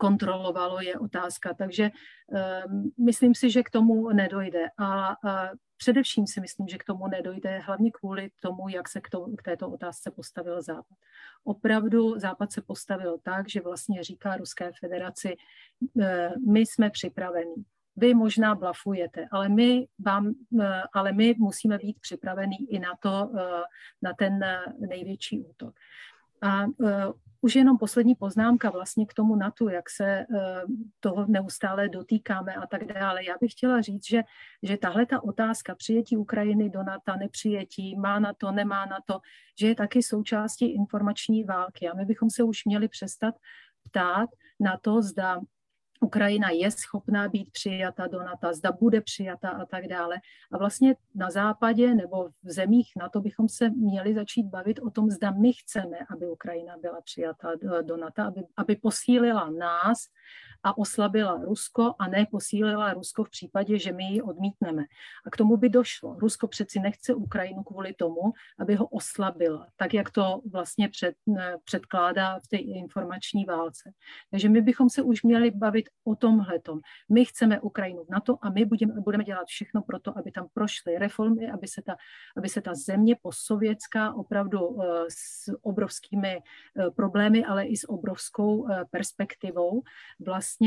kontrolovalo, je otázka. Takže myslím si, že k tomu nedojde. A především si myslím, že k tomu nedojde, hlavně kvůli tomu, jak se k této otázce postavil Západ. Opravdu Západ se postavil tak, že vlastně říká Ruské federaci, my jsme připravení. Vy možná blafujete, ale my musíme být připravení i na ten největší útok. A už jenom poslední poznámka vlastně k tomu NATO, jak se toho neustále dotýkáme a tak dále. Já bych chtěla říct, že tahle ta otázka přijetí Ukrajiny do NATO, nepřijetí, má NATO, nemá NATO, že je taky součástí informační války. A my bychom se už měli přestat ptát na to, zda Ukrajina je schopná být přijata do NATO, zda bude přijata a tak dále. A vlastně na západě nebo v zemích NATO bychom se měli začít bavit o tom, zda my chceme, aby Ukrajina byla přijata do NATO, aby posílila nás a oslabila Rusko a ne posílila Rusko v případě, že my ji odmítneme. A k tomu by došlo. Rusko přeci nechce Ukrajinu kvůli tomu, aby ho oslabila, tak jak to vlastně předkládá v té informační válce. Takže my bychom se už měli bavit o tomhletom. My chceme Ukrajinu v NATO a my budeme dělat všechno pro to, aby tam prošly reformy, aby se ta země postsovětská opravdu s obrovskými problémy, ale i s obrovskou perspektivou vlastně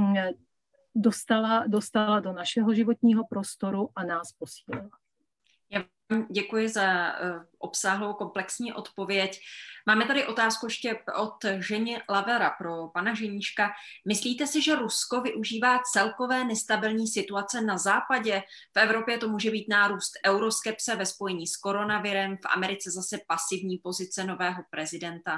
dostala do našeho životního prostoru a nás posílila. Děkuji za obsáhlou komplexní odpověď. Máme tady otázku ještě od Ženi Lavera pro pana Ženíška. Myslíte si, že Rusko využívá celkové nestabilní situace na západě? V Evropě to může být nárůst euroskepse ve spojení s koronavirem, v Americe zase pasivní pozice nového prezidenta?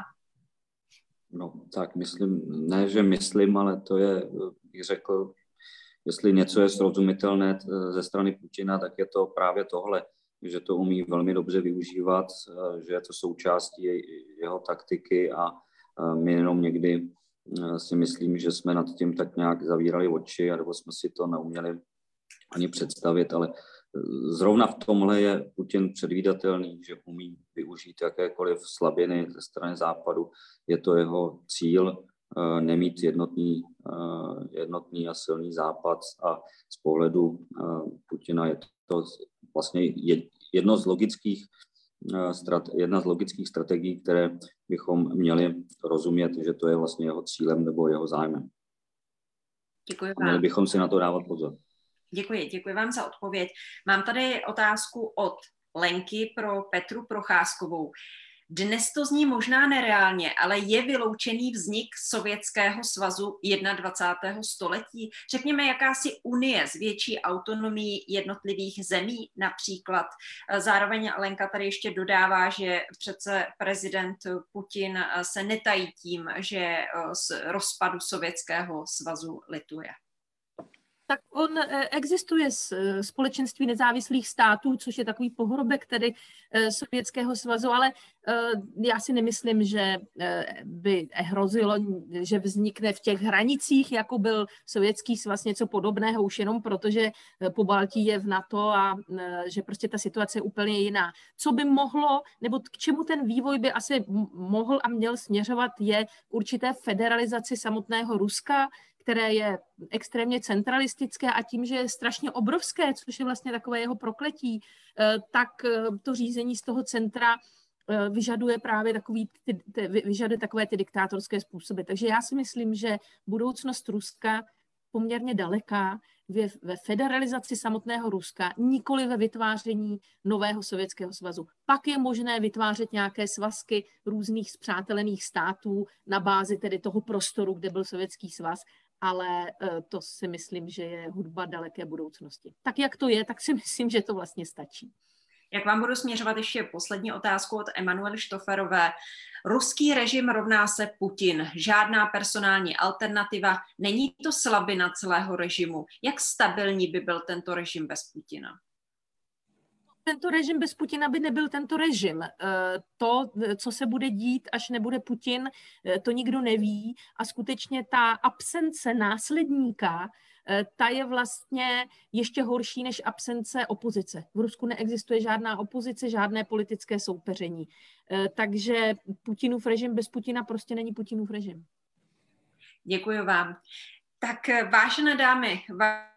No, tak myslím, ale to je, bych řekl, jestli něco je srozumitelné ze strany Putina, tak je to právě tohle, že to umí velmi dobře využívat, že je to součástí jeho taktiky a my jenom někdy si myslím, že jsme nad tím tak nějak zavírali oči, nebo jsme si to neuměli ani představit, ale zrovna v tomhle je Putin předvídatelný, že umí využít jakékoliv slabiny ze strany Západu. Je to jeho cíl nemít jednotný a silný Západ a z pohledu Putina je to vlastně jedna z logických strategií, které bychom měli rozumět, že to je vlastně jeho cílem nebo jeho zájmem. Děkuji vám. Měli bychom si na to dávat pozor. Děkuji vám za odpověď. Mám tady otázku od Lenky pro Petru Procházkovou. Dnes to zní možná nereálně, ale je vyloučený vznik Sovětského svazu 21. století? Řekněme, jakási unie s větší autonomií jednotlivých zemí například. Zároveň Lenka tady ještě dodává, že přece prezident Putin se netají tím, že z rozpadu Sovětského svazu lituje. Tak existuje společenství nezávislých států, což je takový pohrobek tedy Sovětského svazu, ale já si nemyslím, že by hrozilo, že vznikne v těch hranicích, jako byl Sovětský svaz, něco podobného, už jenom proto, že Pobaltí je v NATO a že prostě ta situace je úplně jiná. Co by mohlo, nebo k čemu ten vývoj by asi mohl a měl směřovat, je určité federalizaci samotného Ruska, které je extrémně centralistické a tím, že je strašně obrovské, což je vlastně takové jeho prokletí, tak to řízení z toho centra vyžaduje právě vyžaduje takové ty diktátorské způsoby. Takže já si myslím, že budoucnost Ruska poměrně daleká ve federalizaci samotného Ruska, nikoli ve vytváření nového Sovětského svazu. Pak je možné vytvářet nějaké svazky různých spřátelených států na bázi tedy toho prostoru, kde byl Sovětský svaz, ale to si myslím, že je hudba daleké budoucnosti. Tak jak to je, tak si myslím, že to vlastně stačí. Jak vám budu směřovat ještě poslední otázku od Emanuely Štoferové. Ruský režim rovná se Putin. Žádná personální alternativa. Není to slabina celého režimu. Jak stabilní by byl tento režim bez Putina? Tento režim bez Putina by nebyl tento režim. To, co se bude dít, až nebude Putin, to nikdo neví. A skutečně ta absence následníka, ta je vlastně ještě horší než absence opozice. V Rusku neexistuje žádná opozice, žádné politické soupeření. Takže Putinův režim bez Putina prostě není Putinův režim. Děkuji vám. Tak vážené dámy,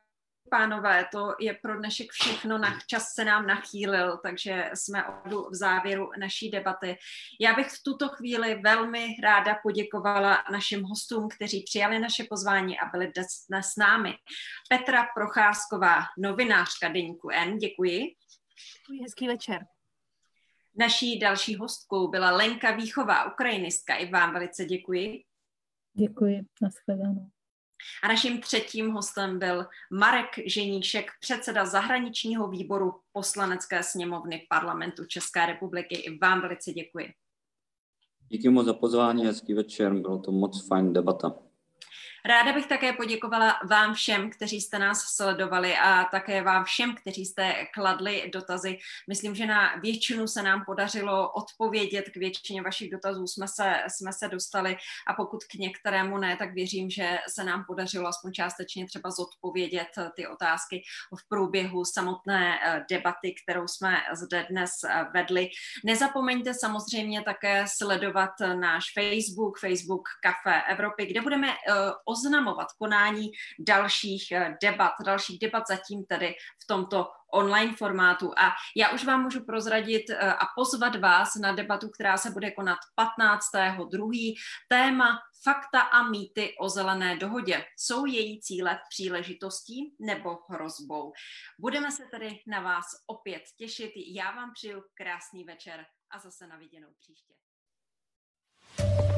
pánové, to je pro dnešek všechno, čas se nám nachýlil, takže jsme v závěru naší debaty. Já bych v tuto chvíli velmi ráda poděkovala našim hostům, kteří přijali naše pozvání a byli dnes s námi. Petra Procházková, novinářka deníku N, děkuji. Děkuji, hezký večer. Naší další hostkou byla Lenka Víchová, ukrajinistka, i vám velice děkuji. Děkuji, nashledanou. A naším třetím hostem byl Marek Ženíšek, předseda zahraničního výboru Poslanecké sněmovny Parlamentu České republiky. I vám velice děkuji. Díky moc za pozvání, hezký večer, bylo to moc fajn debata. Ráda bych také poděkovala vám všem, kteří jste nás sledovali a také vám všem, kteří jste kladli dotazy. Myslím, že na většinu se nám podařilo odpovědět, k většině vašich dotazů jsme se dostali a pokud k některému ne, tak věřím, že se nám podařilo aspoň částečně třeba zodpovědět ty otázky v průběhu samotné debaty, kterou jsme zde dnes vedli. Nezapomeňte samozřejmě také sledovat náš Facebook Café Evropy, kde budeme oznamovat konání dalších debat zatím tedy v tomto online formátu. A já už vám můžu prozradit a pozvat vás na debatu, která se bude konat 15.2. Téma Fakta a mýty o zelené dohodě. Jsou její cíle příležitostí nebo hrozbou? Budeme se tedy na vás opět těšit. Já vám přeju krásný večer a zase na viděnou příště.